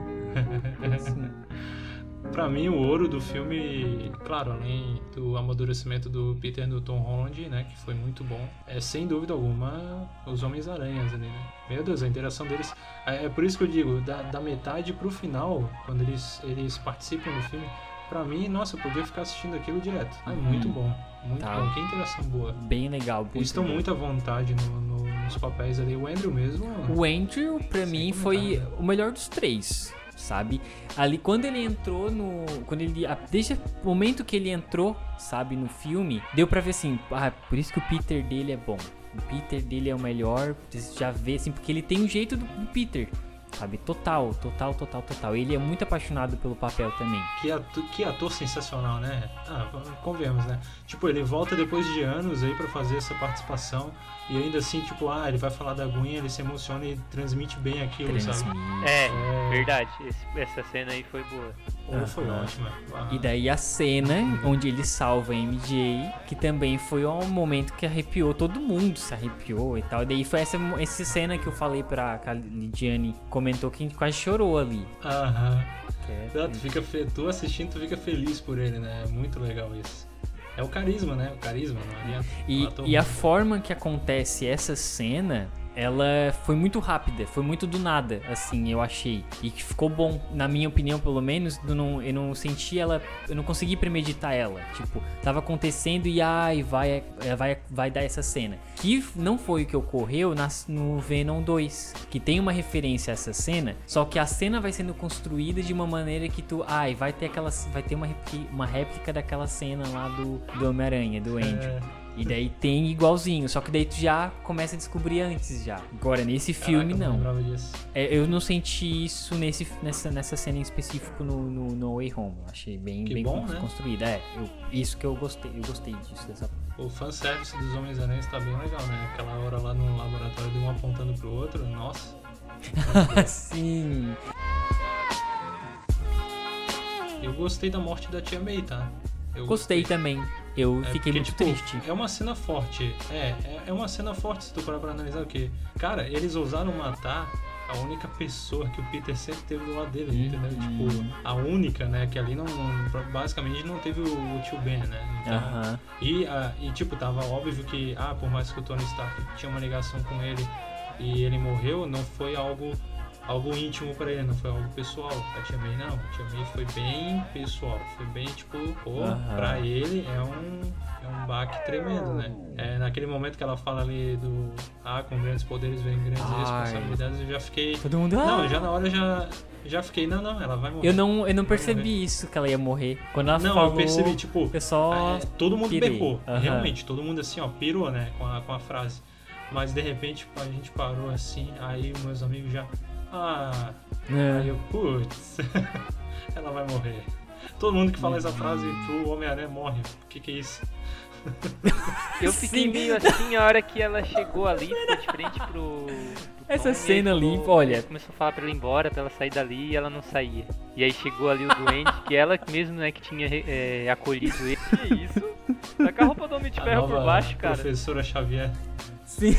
Speaker 2: Assim.
Speaker 1: Pra mim, o ouro do filme, claro, além do amadurecimento do Peter e do Tom Holland, né, que foi muito bom, é sem dúvida alguma os Homens-Aranhas ali, né? Meu Deus, a interação deles... É é por isso que eu digo, da, da metade pro final, quando eles, eles participam do filme, pra mim, nossa, eu podia ficar assistindo aquilo direto. É muito
Speaker 2: Uhum.
Speaker 1: bom, muito
Speaker 2: Tá.
Speaker 1: bom. Que interação boa.
Speaker 2: Bem legal.
Speaker 1: Eles estão
Speaker 2: legal.
Speaker 1: muito à vontade no- no- nos papéis ali. O Andrew mesmo...
Speaker 2: O Andrew, pra
Speaker 1: Sem
Speaker 2: mim, foi
Speaker 1: comentário.
Speaker 2: o melhor dos três, sabe? Ali, quando ele entrou no... Quando ele, a- desde o momento que ele entrou, sabe, no filme, deu pra ver assim, ah, por isso que o Peter dele é bom. O Peter dele é o melhor, você já vê, assim, porque ele tem o jeito do, do Peter, sabe? Total, total, total, total. Ele é muito apaixonado pelo papel também.
Speaker 1: Que ator, que ator sensacional, né? Ah, convenhamos, né? Tipo, ele volta depois de anos aí pra fazer essa participação e ainda assim, tipo, ah, ele vai falar da Gwen, ele se emociona e transmite bem aquilo, sabe?
Speaker 2: Transmite.
Speaker 3: É,
Speaker 1: É.
Speaker 3: verdade. Esse- essa cena aí foi boa.
Speaker 1: Ou foi
Speaker 2: Aham.
Speaker 1: ótima. Ah,
Speaker 2: E daí a cena onde ele salva a M J, que também foi um momento que arrepiou, todo mundo se arrepiou e tal. E daí foi essa, essa cena que eu falei pra que a Lidiane comentou que a gente quase chorou ali.
Speaker 1: Aham.
Speaker 2: Que é-
Speaker 1: Não, tu fica fe... tu assistindo, tu fica feliz por ele, né? É muito legal isso. É o carisma, né? O carisma, não adianta.
Speaker 2: E,
Speaker 1: O ator
Speaker 2: e a
Speaker 1: bom.
Speaker 2: forma que acontece essa cena, ela foi muito rápida, foi muito do nada, assim, eu achei. E que ficou bom, na minha opinião, pelo menos, eu não, eu não senti ela, eu não consegui premeditar ela. Tipo, tava acontecendo e ai, vai, é, vai, vai dar essa cena. Que não foi o que ocorreu nas, no Venom dois, que tem uma referência a essa cena, só que a cena vai sendo construída de uma maneira que tu, ai, vai ter aquela, vai ter uma réplica, uma réplica daquela cena lá do, do Homem-Aranha, do Andrew.
Speaker 1: É,
Speaker 2: E daí tem igualzinho, só que daí tu já começa a descobrir antes já. Agora, nesse filme,
Speaker 1: Caraca,
Speaker 2: não.
Speaker 1: Eu, não disso.
Speaker 2: É, eu não senti isso nesse, nessa, nessa cena em específico no, no, no Way Home. Achei bem,
Speaker 1: Que
Speaker 2: bem
Speaker 1: bom, né?
Speaker 2: construída. É, eu, isso que eu gostei. Eu gostei disso, dessa
Speaker 1: O fanservice dos Homens-Aranhas tá bem legal, né? Aquela hora lá no laboratório de um apontando pro outro, nossa.
Speaker 2: Sim.
Speaker 1: Eu gostei da morte da Tia May, tá? Eu
Speaker 2: Gostei também. Eu
Speaker 1: É
Speaker 2: fiquei
Speaker 1: porque,
Speaker 2: muito
Speaker 1: tipo,
Speaker 2: triste.
Speaker 1: É uma cena forte. É, é, é uma cena forte se tu parar pra analisar o que. Cara, eles ousaram matar a única pessoa que o Peter sempre teve do lado dele,
Speaker 2: Uhum.
Speaker 1: entendeu? Tipo, a única, né? Que ali não. basicamente não teve o, o tio Ben, né? Então,
Speaker 2: Aham.
Speaker 1: e, a, e, tipo, tava óbvio que, ah, por mais que o Tony Stark tinha uma ligação com ele e ele morreu, não foi algo. Algo íntimo pra ele, não foi algo pessoal. A Tia May não, a Tia May foi bem pessoal, foi bem tipo, pô,
Speaker 2: Aham.
Speaker 1: pra ele é um, é um baque tremendo, né? É, naquele momento que ela fala ali do, ah, com grandes poderes vem grandes
Speaker 2: Ai.
Speaker 1: responsabilidades, eu já fiquei,
Speaker 2: Todo mundo.
Speaker 1: não,
Speaker 2: "Ah!"
Speaker 1: já na hora eu já, já fiquei, não, não, ela vai morrer.
Speaker 2: Eu não, eu não
Speaker 1: Vai
Speaker 2: percebi
Speaker 1: morrer.
Speaker 2: isso, que ela ia morrer. Quando ela
Speaker 1: Não,
Speaker 2: falou.
Speaker 1: eu percebi, tipo,
Speaker 2: Eu só.
Speaker 1: é, todo mundo
Speaker 2: pirei.
Speaker 1: berrou,
Speaker 2: Aham.
Speaker 1: realmente, todo mundo assim, ó, pirou, né, com a, com a frase. Mas de repente a gente parou assim, aí meus amigos já, ah... Aí
Speaker 2: É.
Speaker 1: eu, putz, ela vai morrer. Todo mundo que fala essa frase pro Homem-Aranha morre. O que que é isso?
Speaker 3: Eu fiquei
Speaker 2: Sim.
Speaker 3: meio assim a hora que ela chegou ali, ficou de frente pro. pro
Speaker 2: Essa
Speaker 3: Tom, e
Speaker 2: cena
Speaker 3: aí
Speaker 2: ali,
Speaker 3: falou-
Speaker 2: olha.
Speaker 3: Começou a falar pra ela ir embora, pra ela sair dali e ela não saía. E aí chegou ali o doente, que ela mesmo, né, que tinha é, acolhido ele. Que isso? Tá com a roupa do Homem de
Speaker 1: A
Speaker 3: Ferro por
Speaker 1: nova
Speaker 3: baixo, cara.
Speaker 1: professora Xavier.
Speaker 2: Sim.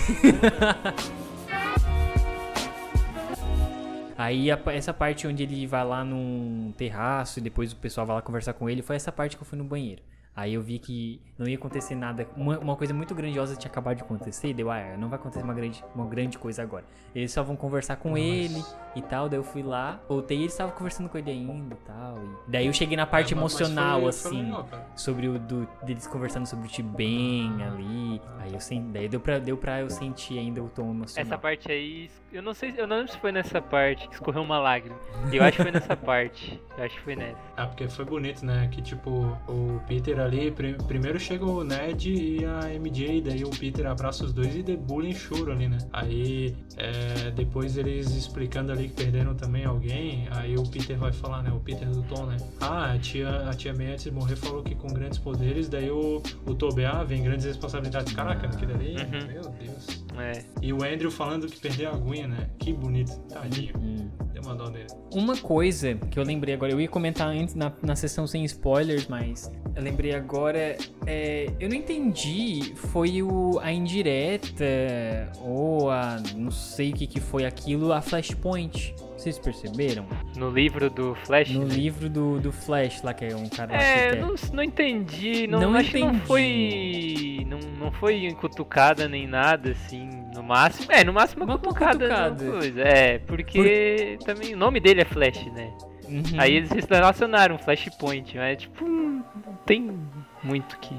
Speaker 2: Aí a- essa parte onde ele vai lá num terraço e depois o pessoal vai lá conversar com ele, foi essa parte que eu fui no banheiro. Aí eu vi que não ia acontecer nada, uma, uma coisa muito grandiosa tinha acabado de acontecer, deu, ah, não vai acontecer uma grande, uma grande coisa agora. Eles só vão conversar com
Speaker 1: Nossa.
Speaker 2: ele e tal, daí eu fui lá, voltei e eles estavam conversando com ele ainda e tal. E daí eu cheguei na parte
Speaker 1: É, mas
Speaker 2: emocional,
Speaker 1: foi- foi
Speaker 2: assim,
Speaker 1: legal, cara.
Speaker 2: sobre o do, deles conversando sobre o T-Ben ali. Aí eu sen- daí deu pra, deu pra eu sentir ainda o tom emocional.
Speaker 3: Essa parte aí, eu não sei, eu não lembro se foi nessa parte que escorreu uma lágrima. Eu acho que foi nessa parte. Eu acho que foi nessa.
Speaker 1: Ah, porque foi bonito, né? Que tipo, o Peter ali, pri- primeiro chega o Ned e a M J, daí o Peter abraça os dois e debulha em choro ali, né? Aí é, depois eles explicando ali que perderam também alguém, aí o Peter vai falar, né? O Peter do Tom, né? Ah, a tia, a tia May antes de morrer falou que com grandes poderes, daí o, o Tobey, ah, vem grandes responsabilidades. Caraca, aquilo ali,
Speaker 3: Uhum.
Speaker 1: meu Deus.
Speaker 3: É.
Speaker 1: E o Andrew falando que perdeu a aguinha, né? Que bonito, tadinho.
Speaker 2: Hum.
Speaker 1: Deu uma dó nele.
Speaker 2: Uma coisa que eu lembrei agora, eu ia comentar antes na, na sessão sem spoilers, mas eu lembrei agora, é, eu não entendi, foi o, a indireta ou a, não sei o que que foi aquilo, a Flashpoint. Vocês perceberam?
Speaker 3: No livro do Flash.
Speaker 2: No
Speaker 3: né?
Speaker 2: livro do, do Flash lá, que é um cara lá
Speaker 3: É,
Speaker 2: que
Speaker 3: eu não, não entendi. Não,
Speaker 2: Não
Speaker 3: acho que não
Speaker 2: entendi.
Speaker 3: foi. Não, não foi cutucada nem nada, assim. No máximo. É, no máximo uma,
Speaker 2: Uma
Speaker 3: cutucada.
Speaker 2: cutucada.
Speaker 3: Não, coisa. É, porque também o nome dele é Flash, né?
Speaker 2: Uhum.
Speaker 3: Aí eles relacionaram Flashpoint, mas tipo, não tem muito que.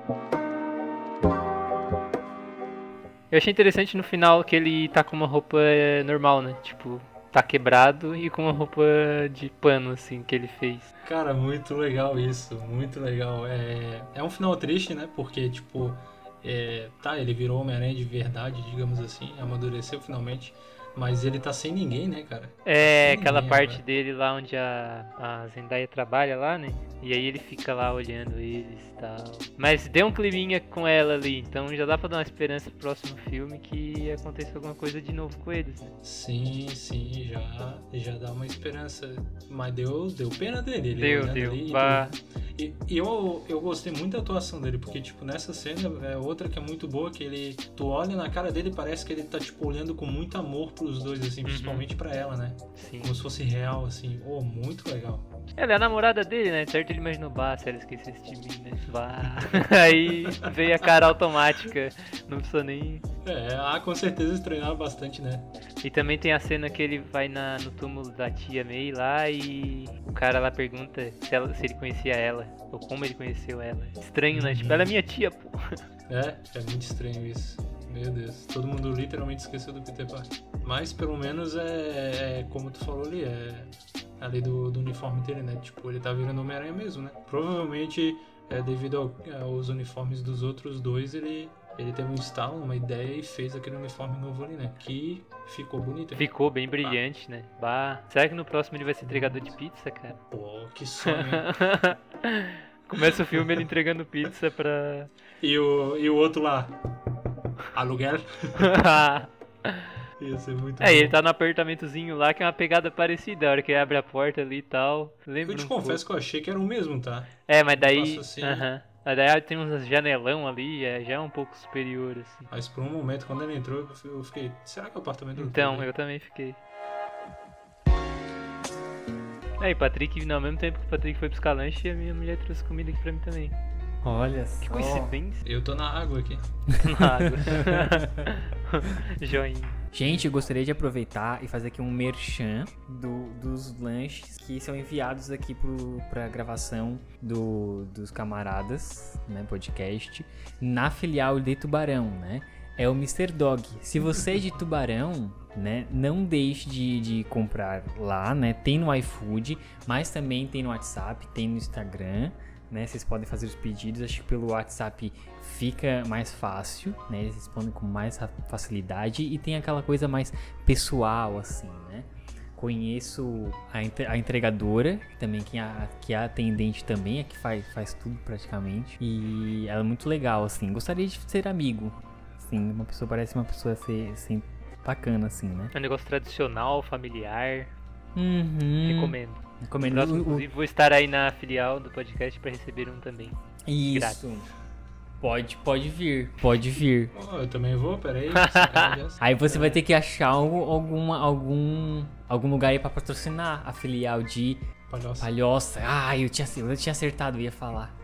Speaker 3: Eu achei interessante no final que ele tá com uma roupa normal, né? Tipo, tá quebrado e com uma roupa de pano, assim, que ele fez.
Speaker 1: Cara, muito legal isso, muito legal. É, é um final triste, né? Porque, tipo, é, tá, ele virou Homem-Aranha de verdade, digamos assim, amadureceu finalmente, mas ele tá sem ninguém, né, cara?
Speaker 3: É,
Speaker 1: Sem
Speaker 3: aquela
Speaker 1: ninguém
Speaker 3: parte
Speaker 1: agora.
Speaker 3: dele lá onde a, a Zendaya trabalha lá, né? E aí ele fica lá olhando eles e tal. Mas deu um climinha com ela ali, então já dá pra dar uma esperança pro próximo filme que aconteça alguma coisa de novo com eles, né?
Speaker 1: Sim, sim, já, já dá uma esperança. Mas deu, deu pena dele. Ele
Speaker 3: Deu,
Speaker 1: olhando
Speaker 3: deu.
Speaker 1: ali e
Speaker 3: Bah.
Speaker 1: tudo. E, e eu, eu gostei muito da atuação dele, porque, tipo, nessa cena é outra que é muito boa, que ele... Tu olha na cara dele e parece que ele tá, tipo, olhando com muito amor pros dois, assim,
Speaker 3: Uhum.
Speaker 1: principalmente pra ela, né?
Speaker 3: Sim.
Speaker 1: Como se fosse real, assim. Oh, muito legal.
Speaker 3: Ela é a namorada dele, né? Certo, ele imaginou, bah, se ela esquecesse de mim, né? Bah. Aí veio a cara automática, não precisa nem...
Speaker 1: É, ah, com certeza estranhava bastante, né?
Speaker 3: E também tem a cena que ele vai na, no túmulo da tia May lá e o cara lá pergunta se, ela, se ele conhecia ela, ou como ele conheceu ela. Estranho, né? Tipo, ela é minha tia, pô.
Speaker 1: É, é muito estranho isso. Meu Deus, todo mundo literalmente esqueceu do Peter Parker. Mas pelo menos é, é como tu falou ali, é ali do, do uniforme dele, né? Tipo, ele tá virando Homem-Aranha mesmo, né? Provavelmente é, devido ao, aos uniformes dos outros dois, ele, ele teve um estalo, uma ideia e fez aquele uniforme novo ali, né? Que ficou bonito.
Speaker 3: Ficou bem brilhante, né? Bah. Será que no próximo ele vai ser entregador de pizza, cara?
Speaker 1: Pô, que sonho, hein?
Speaker 3: Começa o filme ele entregando pizza pra...
Speaker 1: E o, e o outro lá, aluguel. Ia ser muito
Speaker 3: É,
Speaker 1: bom.
Speaker 3: ele tá no apartamentozinho lá, que é uma pegada parecida, a hora que ele abre a porta ali e tal. Lembra
Speaker 1: Eu te
Speaker 3: um
Speaker 1: confesso
Speaker 3: pouco.
Speaker 1: que eu achei que era o mesmo, tá?
Speaker 3: É, mas daí...
Speaker 1: Nossa, assim-
Speaker 3: aham. Mas daí tem uns janelão ali, é, já é um pouco superior, assim.
Speaker 1: Mas por um momento, quando ele entrou, eu fiquei, será que é o apartamento do
Speaker 3: Então,
Speaker 1: Pedro?
Speaker 3: eu também fiquei. É, e Patrick, no mesmo tempo que o Patrick foi buscar lanche, a minha mulher trouxe comida aqui pra mim também.
Speaker 2: Olha
Speaker 3: Que
Speaker 2: só.
Speaker 3: coincidência.
Speaker 1: Eu tô na água aqui.
Speaker 3: Na água. Joinha.
Speaker 2: Gente, eu gostaria de aproveitar e fazer aqui um merchan do, dos lanches que são enviados aqui pro, pra gravação do, dos camaradas, né, podcast, na filial de Tubarão, né? É o mister Dog. Se você é de Tubarão, né, não deixe de, de comprar lá, né? Tem no iFood, mas também tem no WhatsApp, tem no Instagram, né? Vocês podem fazer os pedidos, acho que pelo WhatsApp fica mais fácil, né? Eles respondem com mais facilidade e tem aquela coisa mais pessoal, assim, né? Conheço a, entre- a entregadora, também que é a, que é a atendente também, é que faz, faz tudo praticamente. E ela é muito legal, assim. Gostaria de ser amigo, assim, uma pessoa, parece uma pessoa ser, assim, bacana, assim, né?
Speaker 3: É um negócio tradicional, familiar.
Speaker 2: Uhum.
Speaker 3: Recomendo.
Speaker 2: Recomendo.
Speaker 3: Próximo,
Speaker 2: O- o-
Speaker 3: inclusive, vou estar aí na filial do podcast pra receber um também.
Speaker 2: Isso.
Speaker 3: Grátis.
Speaker 2: Pode, pode vir, pode vir.
Speaker 1: Oh, eu também vou, peraí. sacanagem essa.
Speaker 2: Aí você vai ter que achar algo- alguma, algum, algum lugar aí pra patrocinar a filial de
Speaker 1: Palhoça.
Speaker 2: Palhoça. Ah, eu tinha, eu tinha acertado, eu ia falar.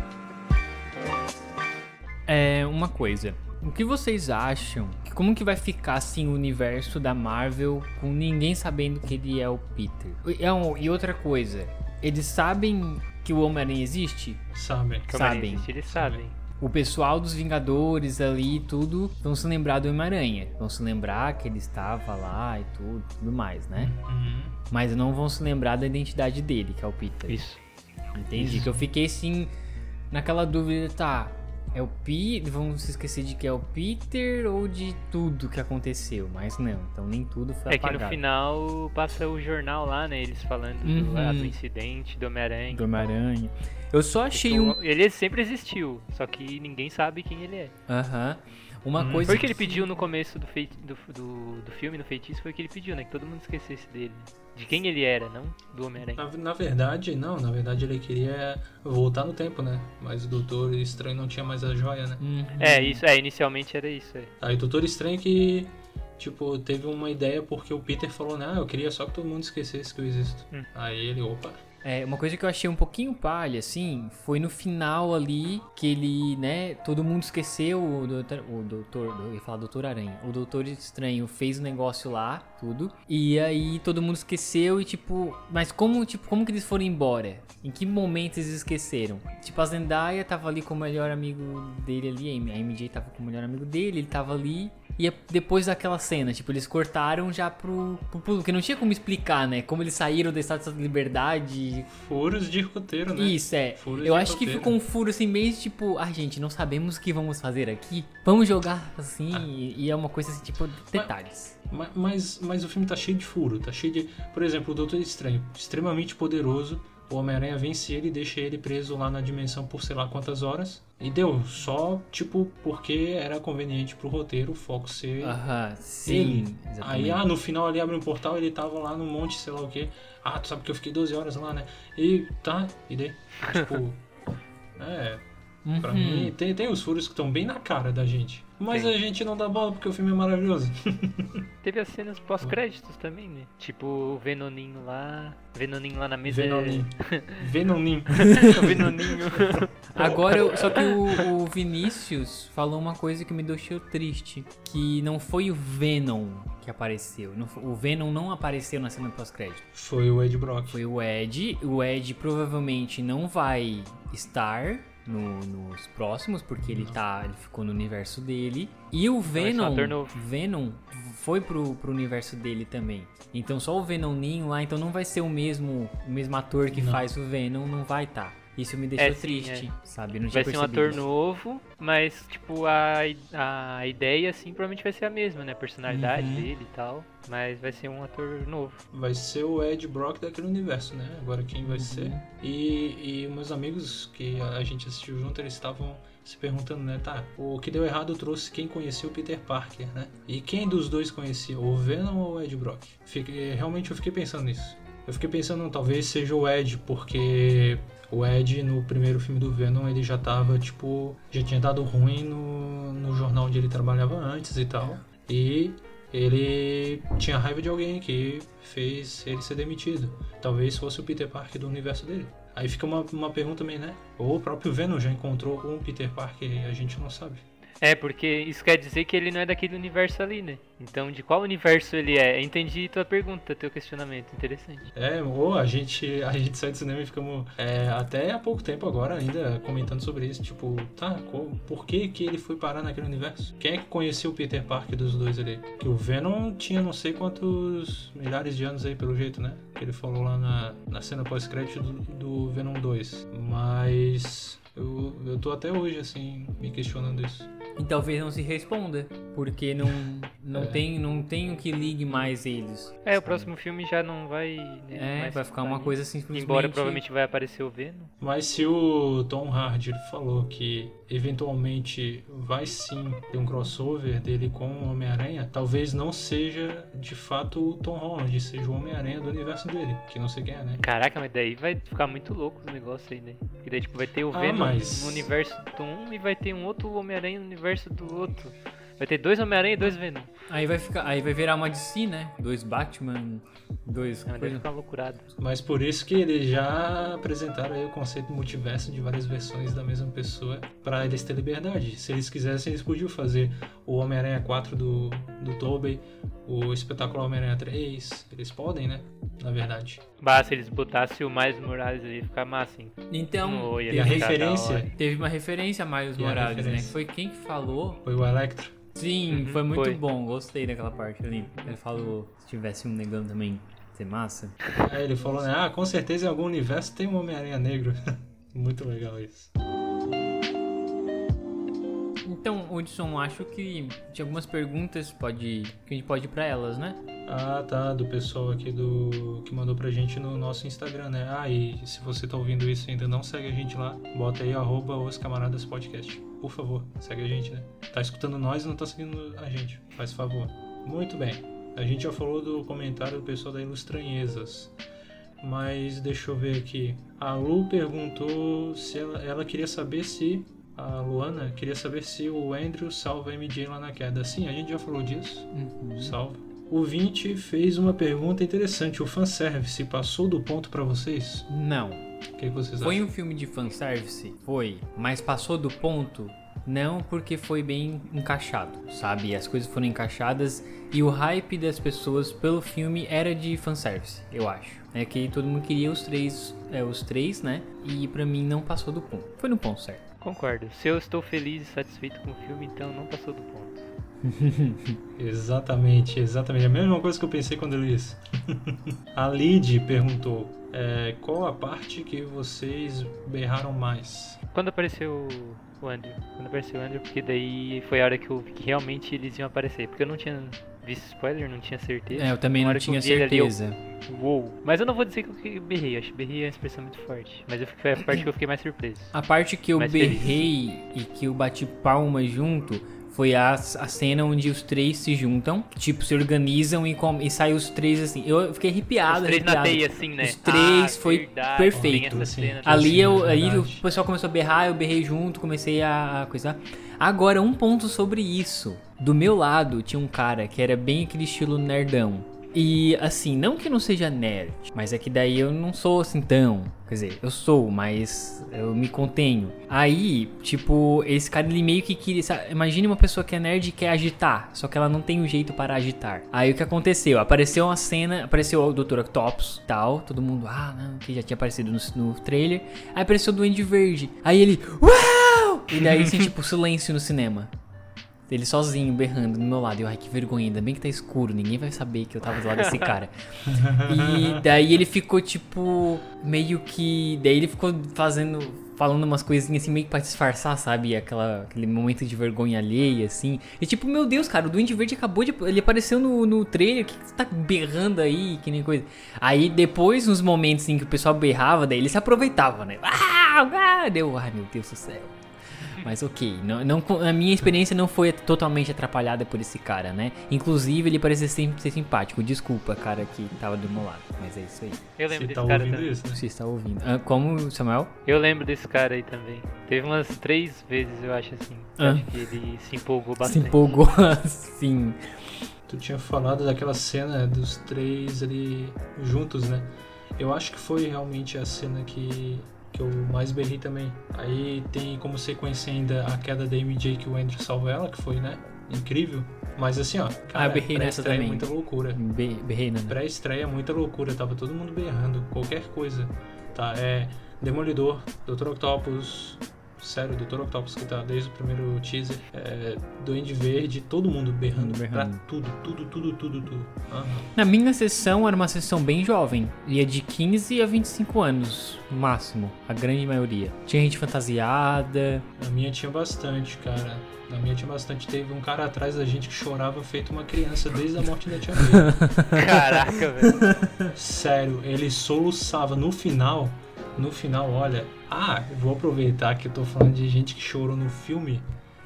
Speaker 2: É, uma coisa. O que vocês acham? Como que vai ficar, assim, o universo da Marvel com ninguém sabendo que ele é o Peter? E, é um- e outra coisa. Eles sabem que o Homem-Aranha existe?
Speaker 1: Sabem.
Speaker 3: Como
Speaker 2: Sabem.
Speaker 3: existe, eles sabem.
Speaker 2: O pessoal dos Vingadores ali e tudo vão se lembrar do Homem-Aranha. Vão se lembrar que ele estava lá e tudo, tudo mais, né?
Speaker 1: Uhum.
Speaker 2: Mas não vão se lembrar da identidade dele, que é o Peter.
Speaker 3: Isso.
Speaker 2: Entendi. Que eu fiquei assim, naquela dúvida, tá? É o Peter? Vão se esquecer de que é o Peter ou de tudo que aconteceu? Mas não, então nem tudo foi
Speaker 3: É que
Speaker 2: apagado.
Speaker 3: no final passa o jornal lá, né? Eles falando do,
Speaker 2: Uhum.
Speaker 3: ah, do incidente do Homem-Aranha.
Speaker 2: Do Homem-Aranha. Eu só achei
Speaker 3: Tipo,
Speaker 2: um...
Speaker 3: Ele sempre existiu, só que ninguém sabe quem ele é.
Speaker 2: Aham. Uma
Speaker 1: Hum.
Speaker 2: coisa
Speaker 3: Foi o que ele pediu no começo do, fei- do, do, do filme, no Feitiço, foi o que ele pediu, né? Que todo mundo esquecesse dele. De quem ele era, não do Homem-Aranha.
Speaker 1: Na, na verdade, não. Na verdade, ele queria voltar no tempo, né? Mas o Doutor Estranho não tinha mais a joia, né?
Speaker 2: Uhum.
Speaker 3: É, isso, é, inicialmente era isso. É.
Speaker 1: Aí o Doutor Estranho que, tipo, teve uma ideia porque o Peter falou, né? Ah, eu queria só que todo mundo esquecesse que eu existo.
Speaker 3: Hum.
Speaker 1: Aí ele, opa.
Speaker 2: É, uma coisa que eu achei um pouquinho palha, assim, foi no final ali que ele, né, todo mundo esqueceu o doutor, o doutor, eu ia falar doutor Aranha, o Doutor Estranho fez o negócio lá, tudo, e aí todo mundo esqueceu e tipo, mas como, tipo, como que eles foram embora? Em que momento eles esqueceram? Tipo, a Zendaya tava ali com o melhor amigo dele ali, a M J tava com o melhor amigo dele, ele tava ali. E é depois daquela cena, tipo, eles cortaram já pro, pro público, porque não tinha como explicar, né? Como eles saíram da Estátua da Liberdade.
Speaker 1: Furos de roteiro, né?
Speaker 2: Isso, é.
Speaker 1: Furos
Speaker 2: Eu
Speaker 1: de
Speaker 2: acho que
Speaker 1: roteiro.
Speaker 2: ficou um furo assim, meio tipo, ah, gente, não sabemos o que vamos fazer aqui. Vamos jogar assim,
Speaker 1: Ah.
Speaker 2: e, e é uma coisa assim, tipo, detalhes.
Speaker 1: Ma- Mas, mas o filme tá cheio de furo, tá cheio de... Por exemplo, o Doutor Estranho, extremamente poderoso, o Homem-Aranha vence ele e deixa ele preso lá na dimensão por sei lá quantas horas. E deu, só, tipo, porque era conveniente pro roteiro o foco ser
Speaker 2: Aham, sim,
Speaker 1: ele. Aí,
Speaker 2: exatamente.
Speaker 1: ah, no final ali abre um portal, ele tava lá no monte, sei lá o que. Ah, tu sabe que eu fiquei doze horas lá, né? E tá, e daí? Tipo, é... Pra
Speaker 2: Uhum.
Speaker 1: mim, tem, tem os furos que estão bem na cara da gente. Mas
Speaker 3: Sim.
Speaker 1: a gente não dá bola porque o filme é maravilhoso.
Speaker 3: Teve as cenas pós-créditos também, né? Tipo o Venoninho lá. Venoninho lá na mesa.
Speaker 1: Venoninho. Venoninho.
Speaker 3: O Venoninho.
Speaker 2: Agora, eu- só que o, o Vinícius falou uma coisa que me deixou triste. Que não foi o Venom que apareceu. Não foi- o Venom não apareceu na cena pós-crédito.
Speaker 1: Foi o Ed Brock.
Speaker 2: Foi o Ed. O Ed provavelmente não vai estar no- nos próximos, porque ele tá. Ele ficou no universo dele. E o
Speaker 3: ser um
Speaker 2: Venom.
Speaker 3: ator novo.
Speaker 2: Venom foi pro, pro universo dele também. Então só o Venoninho lá, então não vai ser o mesmo, o mesmo ator que
Speaker 1: Não.
Speaker 2: faz o Venom, não vai estar. Isso me deixou
Speaker 3: É, sim,
Speaker 2: triste,
Speaker 3: é.
Speaker 2: sabe? Eu não tinha
Speaker 3: Vai ser um
Speaker 2: percebido
Speaker 3: ator
Speaker 2: isso.
Speaker 3: novo, mas, tipo, a, a ideia, assim, provavelmente vai ser a mesma, né? A personalidade
Speaker 1: Uhum.
Speaker 3: dele e tal. Mas vai ser um ator novo.
Speaker 1: Vai ser o Ed Brock daquele universo, né? Agora quem vai
Speaker 2: Uhum.
Speaker 1: ser. E, e meus amigos que a gente assistiu junto, eles estavam se perguntando, né? Tá, o que deu errado trouxe quem conhecia o Peter Parker, né? E quem dos dois conhecia, o Venom ou o Ed Brock? Fiquei, realmente eu fiquei pensando nisso. Eu fiquei pensando, talvez seja o Ed, porque o Ed, no primeiro filme do Venom, ele já tava, tipo, já tinha dado ruim no, no jornal onde ele trabalhava antes e tal. E ele tinha raiva de alguém que fez ele ser demitido. Talvez fosse o Peter Parker do universo dele. Aí fica uma, uma pergunta também, né? Ou o próprio Venom já encontrou um Peter Parker e a gente não sabe.
Speaker 3: É, porque isso quer dizer que ele não é daquele universo ali, né? Então, de qual universo ele é? Entendi tua pergunta, teu questionamento. Interessante.
Speaker 1: É, ou a gente, a gente sai do cinema e ficamos é, até há pouco tempo agora ainda comentando sobre isso. Tipo, tá, qual, por que que ele foi parar naquele universo? Quem é que conheceu o Peter Parker dos dois ali? Que o Venom tinha não sei quantos milhares de anos aí, pelo jeito, né? Que ele falou lá na, na cena pós-crédito do, do Venom dois. Mas eu, eu tô até hoje, assim, me questionando isso.
Speaker 2: E talvez não se responda, porque não, não,
Speaker 1: É.
Speaker 2: tem, não tem o que ligue mais eles.
Speaker 3: É, o próximo filme já não vai... Né,
Speaker 2: É,
Speaker 3: mais
Speaker 2: vai ficar
Speaker 3: focar
Speaker 2: uma
Speaker 3: nisso.
Speaker 2: coisa assim, simplesmente...
Speaker 3: Embora provavelmente vai aparecer o Venom.
Speaker 1: Mas se o Tom Hardy falou que eventualmente vai sim ter um crossover dele com o Homem-Aranha, talvez não seja de fato o Tom Holland, seja o Homem-Aranha do universo dele, que não sei quem é, né?
Speaker 3: Caraca, mas daí vai ficar muito louco os negócios aí, né? Porque daí tipo, vai ter o
Speaker 1: Ah,
Speaker 3: Venom
Speaker 1: mas-
Speaker 3: no universo do um e vai ter um outro Homem-Aranha no universo do outro. Vai ter dois Homem-Aranha e dois Venom.
Speaker 2: Aí vai ficar, aí vai virar uma D C, né? Dois Batman, dois...
Speaker 3: Ah, mas deve
Speaker 2: coisa.
Speaker 3: ficar loucurado.
Speaker 1: Mas por isso que eles já apresentaram aí o conceito do multiverso de várias versões da mesma pessoa para eles terem liberdade. Se eles quisessem, eles podiam fazer o Homem-Aranha quatro do, do Tobey, o Espetacular Homem-Aranha três. Eles podem, né? Na verdade.
Speaker 3: Bah, se eles botassem o Miles Morales ali, ia ficar massa, hein?
Speaker 2: Então,
Speaker 3: No, ia
Speaker 1: E a
Speaker 3: ficar da
Speaker 1: referência
Speaker 3: hora.
Speaker 2: teve uma referência a Miles
Speaker 1: E a
Speaker 2: Morales, né?
Speaker 1: referência?
Speaker 2: Foi quem que falou?
Speaker 1: Foi o Electro.
Speaker 2: Sim,
Speaker 3: Uhum,
Speaker 2: foi muito
Speaker 3: foi.
Speaker 2: bom, gostei daquela parte ali. Ele falou, se tivesse um negando também, ia ser massa.
Speaker 1: Aí ele falou, né? Ah, com certeza em algum universo tem um Homem-Aranha negro. Muito legal isso.
Speaker 2: Então, Hudson, acho que tinha algumas perguntas pode, que a gente pode ir pra elas, né?
Speaker 1: Ah, tá, do pessoal aqui do que mandou pra gente no nosso Instagram, né? Ah, e se você tá ouvindo isso e ainda não segue a gente lá, bota aí arroba os camaradas podcast. Por favor, segue a gente, né? Tá escutando nós e não tá seguindo a gente. Faz favor. Muito bem. A gente já falou do comentário do pessoal da Ilustranhezas. Mas deixa eu ver aqui. A Lu perguntou se ela, ela queria saber se... A Luana queria saber se o Andrew salva a M J lá na queda. Sim, a gente já falou disso.
Speaker 2: Uhum.
Speaker 1: Salva. O Vinte fez uma pergunta interessante. O fanservice passou do ponto pra vocês?
Speaker 2: Não.
Speaker 1: O que, que vocês
Speaker 2: Foi
Speaker 1: acham?
Speaker 2: um filme de fanservice? Foi. Mas passou do ponto? Não, porque foi bem encaixado, sabe? As coisas foram encaixadas e o hype das pessoas pelo filme era de fanservice, eu acho. É que todo mundo queria os três, é, os três, né? E pra mim não passou do ponto. Foi no ponto certo.
Speaker 3: Concordo. Se eu estou feliz e satisfeito com o filme, então não passou do ponto.
Speaker 1: Exatamente, exatamente. A mesma coisa que eu pensei quando eu li isso. A Lid perguntou, é, qual a parte que vocês berraram mais?
Speaker 3: Quando apareceu o Andrew? Quando apareceu o Andrew, porque daí foi a hora que eu vi que realmente eles iam aparecer. Porque eu não tinha visto spoiler, não tinha certeza.
Speaker 2: É, eu também
Speaker 3: Na
Speaker 2: não
Speaker 3: hora que eu
Speaker 2: tinha
Speaker 3: vi ele ali, eu-
Speaker 2: certeza.
Speaker 3: Uou. Mas eu não vou dizer que eu berrei, acho que berrei é uma expressão muito forte. Mas eu, foi a parte que eu fiquei mais surpreso.
Speaker 2: A parte que eu
Speaker 3: Mais feliz.
Speaker 2: berrei e que eu bati palma junto foi a, a cena onde os três se juntam, tipo, se organizam e, com, e saem os três assim. Eu fiquei arrepiado,
Speaker 3: Os três na
Speaker 2: arrepiado.
Speaker 3: teia, assim, né?
Speaker 2: Os três
Speaker 3: Ah,
Speaker 2: foi
Speaker 3: verdade,
Speaker 2: perfeito.
Speaker 3: tem essa
Speaker 1: Sim.
Speaker 3: cena
Speaker 2: Ali
Speaker 1: Sim,
Speaker 2: eu,
Speaker 1: é
Speaker 2: aí o
Speaker 1: verdade.
Speaker 2: pessoal começou a berrar, eu berrei junto, comecei a, a coisar. Agora, um ponto sobre isso. Do meu lado tinha um cara que era bem aquele estilo nerdão. E assim, não que eu não seja nerd, mas é que daí eu não sou assim tão. Quer dizer, eu sou, mas eu me contenho. Aí, tipo, esse cara ele meio que queria. Sabe, imagine uma pessoa que é nerd e quer agitar, só que ela não tem um jeito para agitar. Aí o que aconteceu? Apareceu uma cena, apareceu o doutor Octopus tal, todo mundo, ah, não, que já tinha aparecido no, no trailer. Aí apareceu o Duende Verde. Aí ele, uau! E daí, assim, tipo, silêncio no cinema. Ele sozinho, berrando do meu lado. Eu, ai, que vergonha, ainda bem que tá escuro, ninguém vai saber que eu tava do lado desse cara. E daí ele ficou, tipo, meio que... Daí ele ficou fazendo... Falando umas coisinhas assim, meio que pra disfarçar, sabe? Aquela, aquele momento de vergonha alheia, assim. E tipo, meu Deus, cara, o Duende Verde acabou de... Ele apareceu no, no trailer, o que, que você tá berrando aí? Que nem coisa. Aí depois, nos momentos em que o pessoal berrava, daí ele se aproveitava, né? Ah, ah, deu, ai meu Deus do céu. Mas ok, não, não, a minha experiência não foi totalmente atrapalhada por esse cara, né? Inclusive, ele parecia sempre ser simpático. Desculpa, cara, que tava do meu lado. Mas é isso aí.
Speaker 3: Eu lembro
Speaker 1: Você
Speaker 3: desse
Speaker 1: tá
Speaker 3: cara
Speaker 1: ouvindo
Speaker 3: também.
Speaker 1: isso, né?
Speaker 2: Você está ouvindo. Ah, como, Samuel?
Speaker 3: Eu lembro desse cara aí também. Teve umas três vezes, eu acho assim. Eu
Speaker 2: Ah.
Speaker 3: acho que ele se empolgou bastante.
Speaker 2: Se empolgou assim.
Speaker 1: Tu tinha falado daquela cena dos três ali juntos, né? Eu acho que foi realmente a cena que, que eu mais berrei também. Aí tem como sequência ainda a queda da M J que o Andrew salvou ela, que foi, né? Incrível. Mas assim, ó, cara,
Speaker 2: Ah, eu berrei nessa
Speaker 1: pré-estreia é
Speaker 2: também.
Speaker 1: muita loucura.
Speaker 2: Be berrei, né?
Speaker 1: Pré-estreia é muita loucura, tava todo mundo berrando, qualquer coisa. Tá, é Demolidor, doutor Octopus, sério, doutor Octopus que tá desde o primeiro teaser, é, Duende Verde, todo mundo berrando,
Speaker 2: Berrando.
Speaker 1: pra tudo, tudo, tudo, tudo, tudo. Aham.
Speaker 2: Na minha sessão era uma sessão bem jovem. Ia de quinze a vinte e cinco anos, no máximo. A grande maioria. Tinha gente fantasiada.
Speaker 1: Na minha tinha bastante, cara. Na minha tinha bastante. Teve um cara atrás da gente que chorava feito uma criança desde a morte da tia May.
Speaker 3: Caraca, velho.
Speaker 1: Sério, ele soluçava no final. No final, olha. Ah, eu vou aproveitar que eu tô falando de gente que chorou no filme.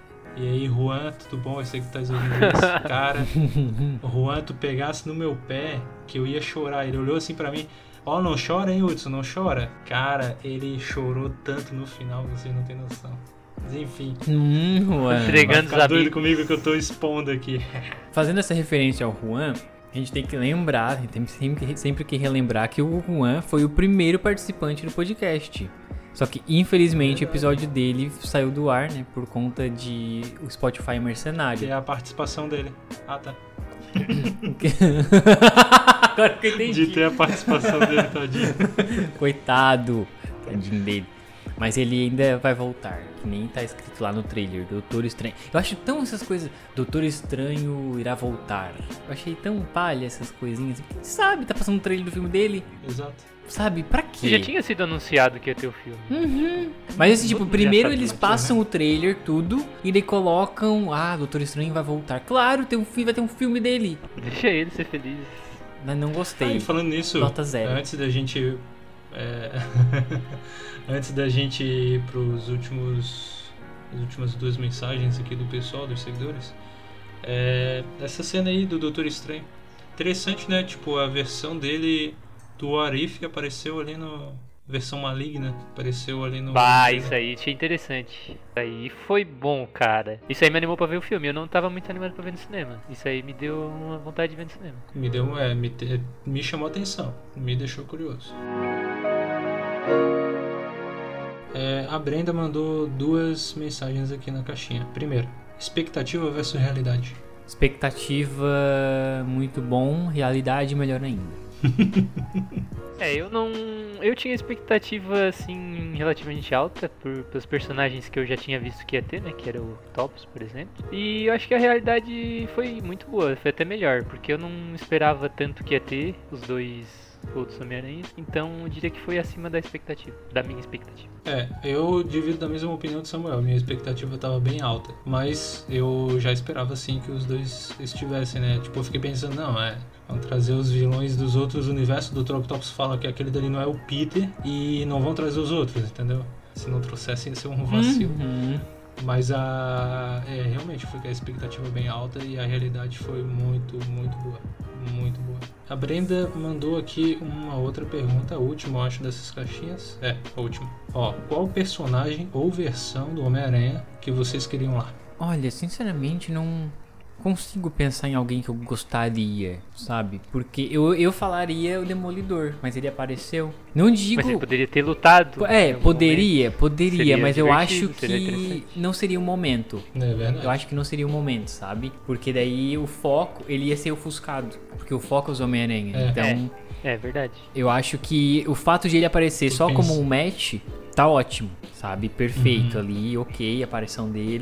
Speaker 1: E aí, Juan, tudo bom? Eu sei que tu tá ouvindo isso. Cara, Juan, tu pegasse no meu pé que eu ia chorar. Ele olhou assim pra mim. Ó, oh, não chora, hein, Hudson? Não chora? Cara, ele chorou tanto no final, vocês não tem noção. Mas enfim.
Speaker 2: Hum, Juan.
Speaker 1: Vai
Speaker 3: Entregando os
Speaker 1: ficar doido
Speaker 3: amigos.
Speaker 1: comigo que eu tô expondo aqui.
Speaker 2: Fazendo essa referência ao Juan, a gente tem que lembrar, a gente tem sempre, sempre que relembrar que o Juan foi o primeiro participante do podcast. Só que, infelizmente, o episódio dele saiu do ar, né? Por conta de o Spotify mercenário.
Speaker 1: Que é a participação dele. Ah, tá.
Speaker 2: Agora que eu entendi.
Speaker 1: De ter a participação dele, tadinho.
Speaker 2: Coitado, tadinho dele. Mas ele ainda vai voltar, que nem tá escrito lá no trailer, Doutor Estranho. Eu acho tão essas coisas, Doutor Estranho irá voltar. Eu achei tão palha essas coisinhas. Porque, sabe, tá passando o trailer do filme dele,
Speaker 1: Exato.
Speaker 2: sabe, pra quê?
Speaker 3: Já tinha sido anunciado que ia ter o filme.
Speaker 2: Uhum. Mas assim, tipo,
Speaker 3: Todo mundo já
Speaker 2: primeiro
Speaker 3: sabia,
Speaker 2: eles
Speaker 3: né?
Speaker 2: passam o trailer, tudo, e daí colocam, ah, Doutor Estranho vai voltar. Claro, tem um, fi- vai ter um filme dele.
Speaker 3: Deixa ele ser feliz.
Speaker 2: Mas não
Speaker 1: Ah,
Speaker 2: gostei.
Speaker 1: e falando nisso,
Speaker 2: Nota zero.
Speaker 1: antes da gente. é, antes da gente ir pros últimos. As últimas duas mensagens aqui do pessoal, dos seguidores. É, essa cena aí do Doutor Estranho. Interessante, né? Tipo, a versão dele do Arif apareceu ali no. Versão maligna. Apareceu ali no.
Speaker 3: Bah, isso aí achei interessante. Isso aí foi bom, cara. Isso aí me animou pra ver o filme. Eu não tava muito animado pra ver no cinema. Isso aí me deu uma vontade de ver no cinema.
Speaker 1: Me deu. É, me, te- me chamou a atenção. Me deixou curioso. É, a Brenda mandou duas mensagens aqui na caixinha. Primeiro, expectativa versus realidade.
Speaker 2: Expectativa muito bom, realidade melhor ainda.
Speaker 3: É, eu não. Eu tinha expectativa, assim, relativamente alta por, pelos personagens que eu já tinha visto que ia ter, né? Que era o Octopus, por exemplo. E eu acho que a realidade foi muito boa, foi até melhor, porque eu não esperava tanto que ia ter os dois outros Homem-Aranhas. Então eu diria que foi acima da expectativa, da minha expectativa.
Speaker 1: É, eu divido da mesma opinião de Samuel. Minha expectativa estava bem alta. Mas eu já esperava, sim, que os dois estivessem, né? Tipo, eu fiquei pensando, não, é... Vão trazer os vilões dos outros universos. O doutor Octopus fala que aquele dali não é o Peter. E não vão trazer os outros, entendeu? Se não trouxessem, ia ser um vacilo.
Speaker 2: Uhum.
Speaker 1: Mas a... É, realmente foi que a expectativa bem alta. E a realidade foi muito, muito boa. Muito boa. A Brenda mandou aqui uma outra pergunta. A última, eu acho, dessas caixinhas. É, a última. Ó, qual personagem ou versão do Homem-Aranha que vocês queriam lá?
Speaker 2: Olha, sinceramente não consigo pensar em alguém que eu gostaria, sabe? Porque eu, eu falaria o Demolidor, mas ele apareceu. Não digo...
Speaker 3: Mas ele poderia ter lutado.
Speaker 2: É,
Speaker 3: em algum
Speaker 2: poderia, poderia,
Speaker 3: Seria
Speaker 2: mas eu
Speaker 3: divertido,
Speaker 2: acho
Speaker 3: seria
Speaker 2: que
Speaker 3: interessante.
Speaker 2: não seria o momento.
Speaker 1: É verdade.
Speaker 2: Eu acho que não seria o momento, sabe? Porque daí o foco, ele ia ser ofuscado. Porque o foco é os Homem-Aranha.
Speaker 1: É.
Speaker 2: Então,
Speaker 3: momento. É verdade.
Speaker 2: eu acho que o fato de ele aparecer
Speaker 1: Tu
Speaker 2: só
Speaker 1: pensa-
Speaker 2: como um match, tá ótimo, sabe? Perfeito
Speaker 1: Uhum.
Speaker 2: ali, ok, a aparição dele.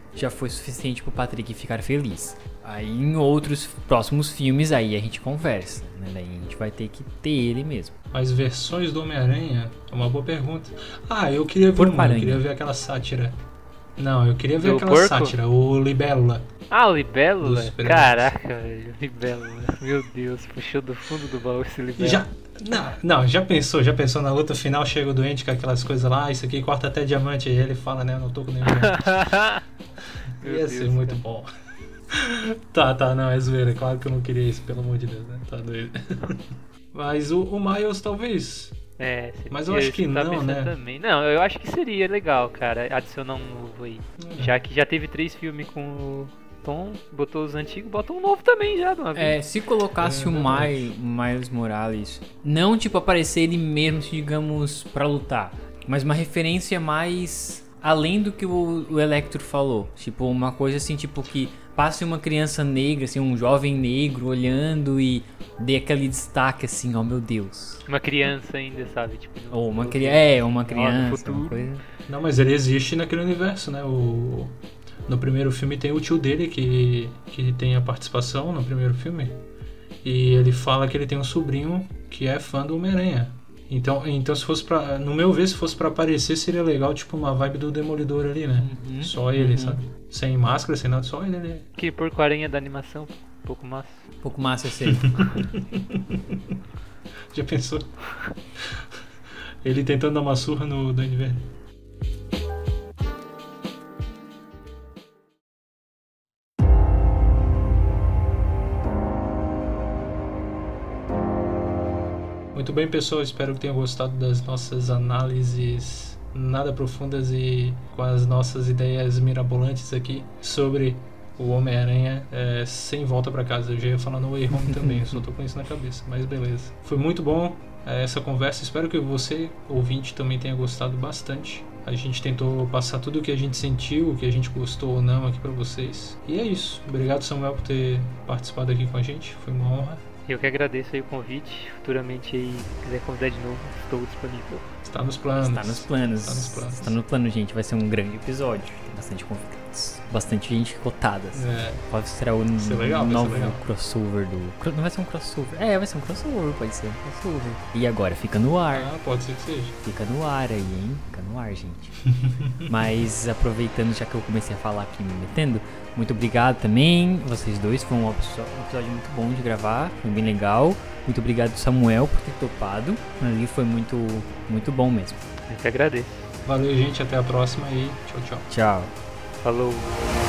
Speaker 2: já foi suficiente pro Patrick ficar feliz. Aí em outros próximos filmes aí a gente conversa, né? Daí a gente vai ter que ter ele mesmo.
Speaker 1: As versões do Homem-Aranha é uma boa pergunta. Ah, eu queria ver uma, eu queria ver aquela sátira. Não, eu queria ver
Speaker 3: Do
Speaker 1: aquela
Speaker 3: porco?
Speaker 1: sátira, o Libélula.
Speaker 3: Ah, o Libélula?
Speaker 1: Dos
Speaker 3: Caraca, velho. Libélula. Meu Deus, puxou do fundo do baú esse Libélula.
Speaker 1: Já, não, não, já pensou, já pensou na luta final, chega o doente com aquelas coisas lá, isso aqui corta até diamante, e ele fala, né, eu não tô com nenhum diamante.
Speaker 3: Meu
Speaker 1: Ia
Speaker 3: Deus,
Speaker 1: ser muito
Speaker 3: cara.
Speaker 1: bom. Tá, tá, não, é zoeira, claro que eu não queria isso, pelo amor de Deus, né, tá doido. Mas o, o Miles, talvez.
Speaker 3: É, seria-
Speaker 1: Mas eu acho que
Speaker 3: tá
Speaker 1: não,
Speaker 3: pensando
Speaker 1: né?
Speaker 3: Também. Não, eu acho que seria legal, cara, adicionar um novo aí.
Speaker 1: É.
Speaker 3: Já que já teve três filmes com o Tom, botou os antigos, bota um novo também já de uma vez.
Speaker 2: É, se colocasse
Speaker 1: É
Speaker 2: o
Speaker 1: verdade.
Speaker 2: Miles, Miles Morales, não tipo aparecer ele mesmo, digamos, pra lutar, mas uma referência mais além do que o, o Electro falou. Tipo, uma coisa assim, tipo que passe uma criança negra, assim, um jovem negro olhando e dê aquele destaque assim, ó, meu Deus.
Speaker 3: Uma criança ainda, sabe? Tipo, no-
Speaker 2: Ou uma
Speaker 3: no-
Speaker 2: criança, é, uma
Speaker 3: no
Speaker 2: criança,
Speaker 3: futuro.
Speaker 2: uma coisa.
Speaker 1: Não, mas ele existe naquele universo, né? O, no primeiro filme tem o tio dele que, que tem a participação no primeiro filme. E ele fala que ele tem um sobrinho que é fã do Homem-Aranha. Então, então se fosse pra. No meu ver, se fosse pra aparecer, seria legal, tipo, uma vibe do Demolidor ali, né?
Speaker 2: Uhum,
Speaker 1: Só ele,
Speaker 2: uhum.
Speaker 1: sabe? Sem máscara, sem nada, só ele ali.
Speaker 3: Que porco-aranha da animação, um pouco massa.
Speaker 2: Um pouco massa esse aí.
Speaker 1: Já pensou? Ele tentando dar uma surra no Duende Verde. Muito bem, pessoal, espero que tenham gostado das nossas análises nada profundas e com as nossas ideias mirabolantes aqui sobre o Homem-Aranha é, sem volta pra casa. Eu já ia falar no Way Home também, só tô com isso na cabeça, mas beleza. Foi muito bom é, essa conversa, espero que você, ouvinte, também tenha gostado bastante. A gente tentou passar tudo o que a gente sentiu, o que a gente gostou ou não aqui pra vocês. E é isso. Obrigado, Samuel, por ter participado aqui com a gente, foi uma honra.
Speaker 3: Eu que agradeço aí o convite. Futuramente aí, se quiser convidar de novo, estou disponível.
Speaker 1: Está nos planos.
Speaker 2: Está nos planos.
Speaker 1: Está nos planos.
Speaker 2: Está no plano, gente. Vai ser um grande episódio. Tem bastante convidados. Bastante gente cotada.
Speaker 1: É.
Speaker 2: Pode ser o
Speaker 1: Vai ser legal, vai ser
Speaker 2: novo
Speaker 1: legal.
Speaker 2: crossover do... Cro- Não vai ser um crossover. É, vai ser um crossover. Pode ser um crossover. E agora? Fica no ar.
Speaker 1: Ah, pode ser que seja.
Speaker 2: Fica no ar aí, hein? Fica no ar, gente. Mas aproveitando, já que eu comecei a falar aqui me metendo, muito obrigado também, vocês dois. Foi um episódio, um episódio muito bom de gravar, foi bem legal. Muito obrigado, Samuel, por ter topado. Ali foi muito, muito bom mesmo.
Speaker 3: Eu que agradeço.
Speaker 1: Valeu, gente. Até a próxima e tchau, tchau.
Speaker 2: Tchau.
Speaker 3: Falou.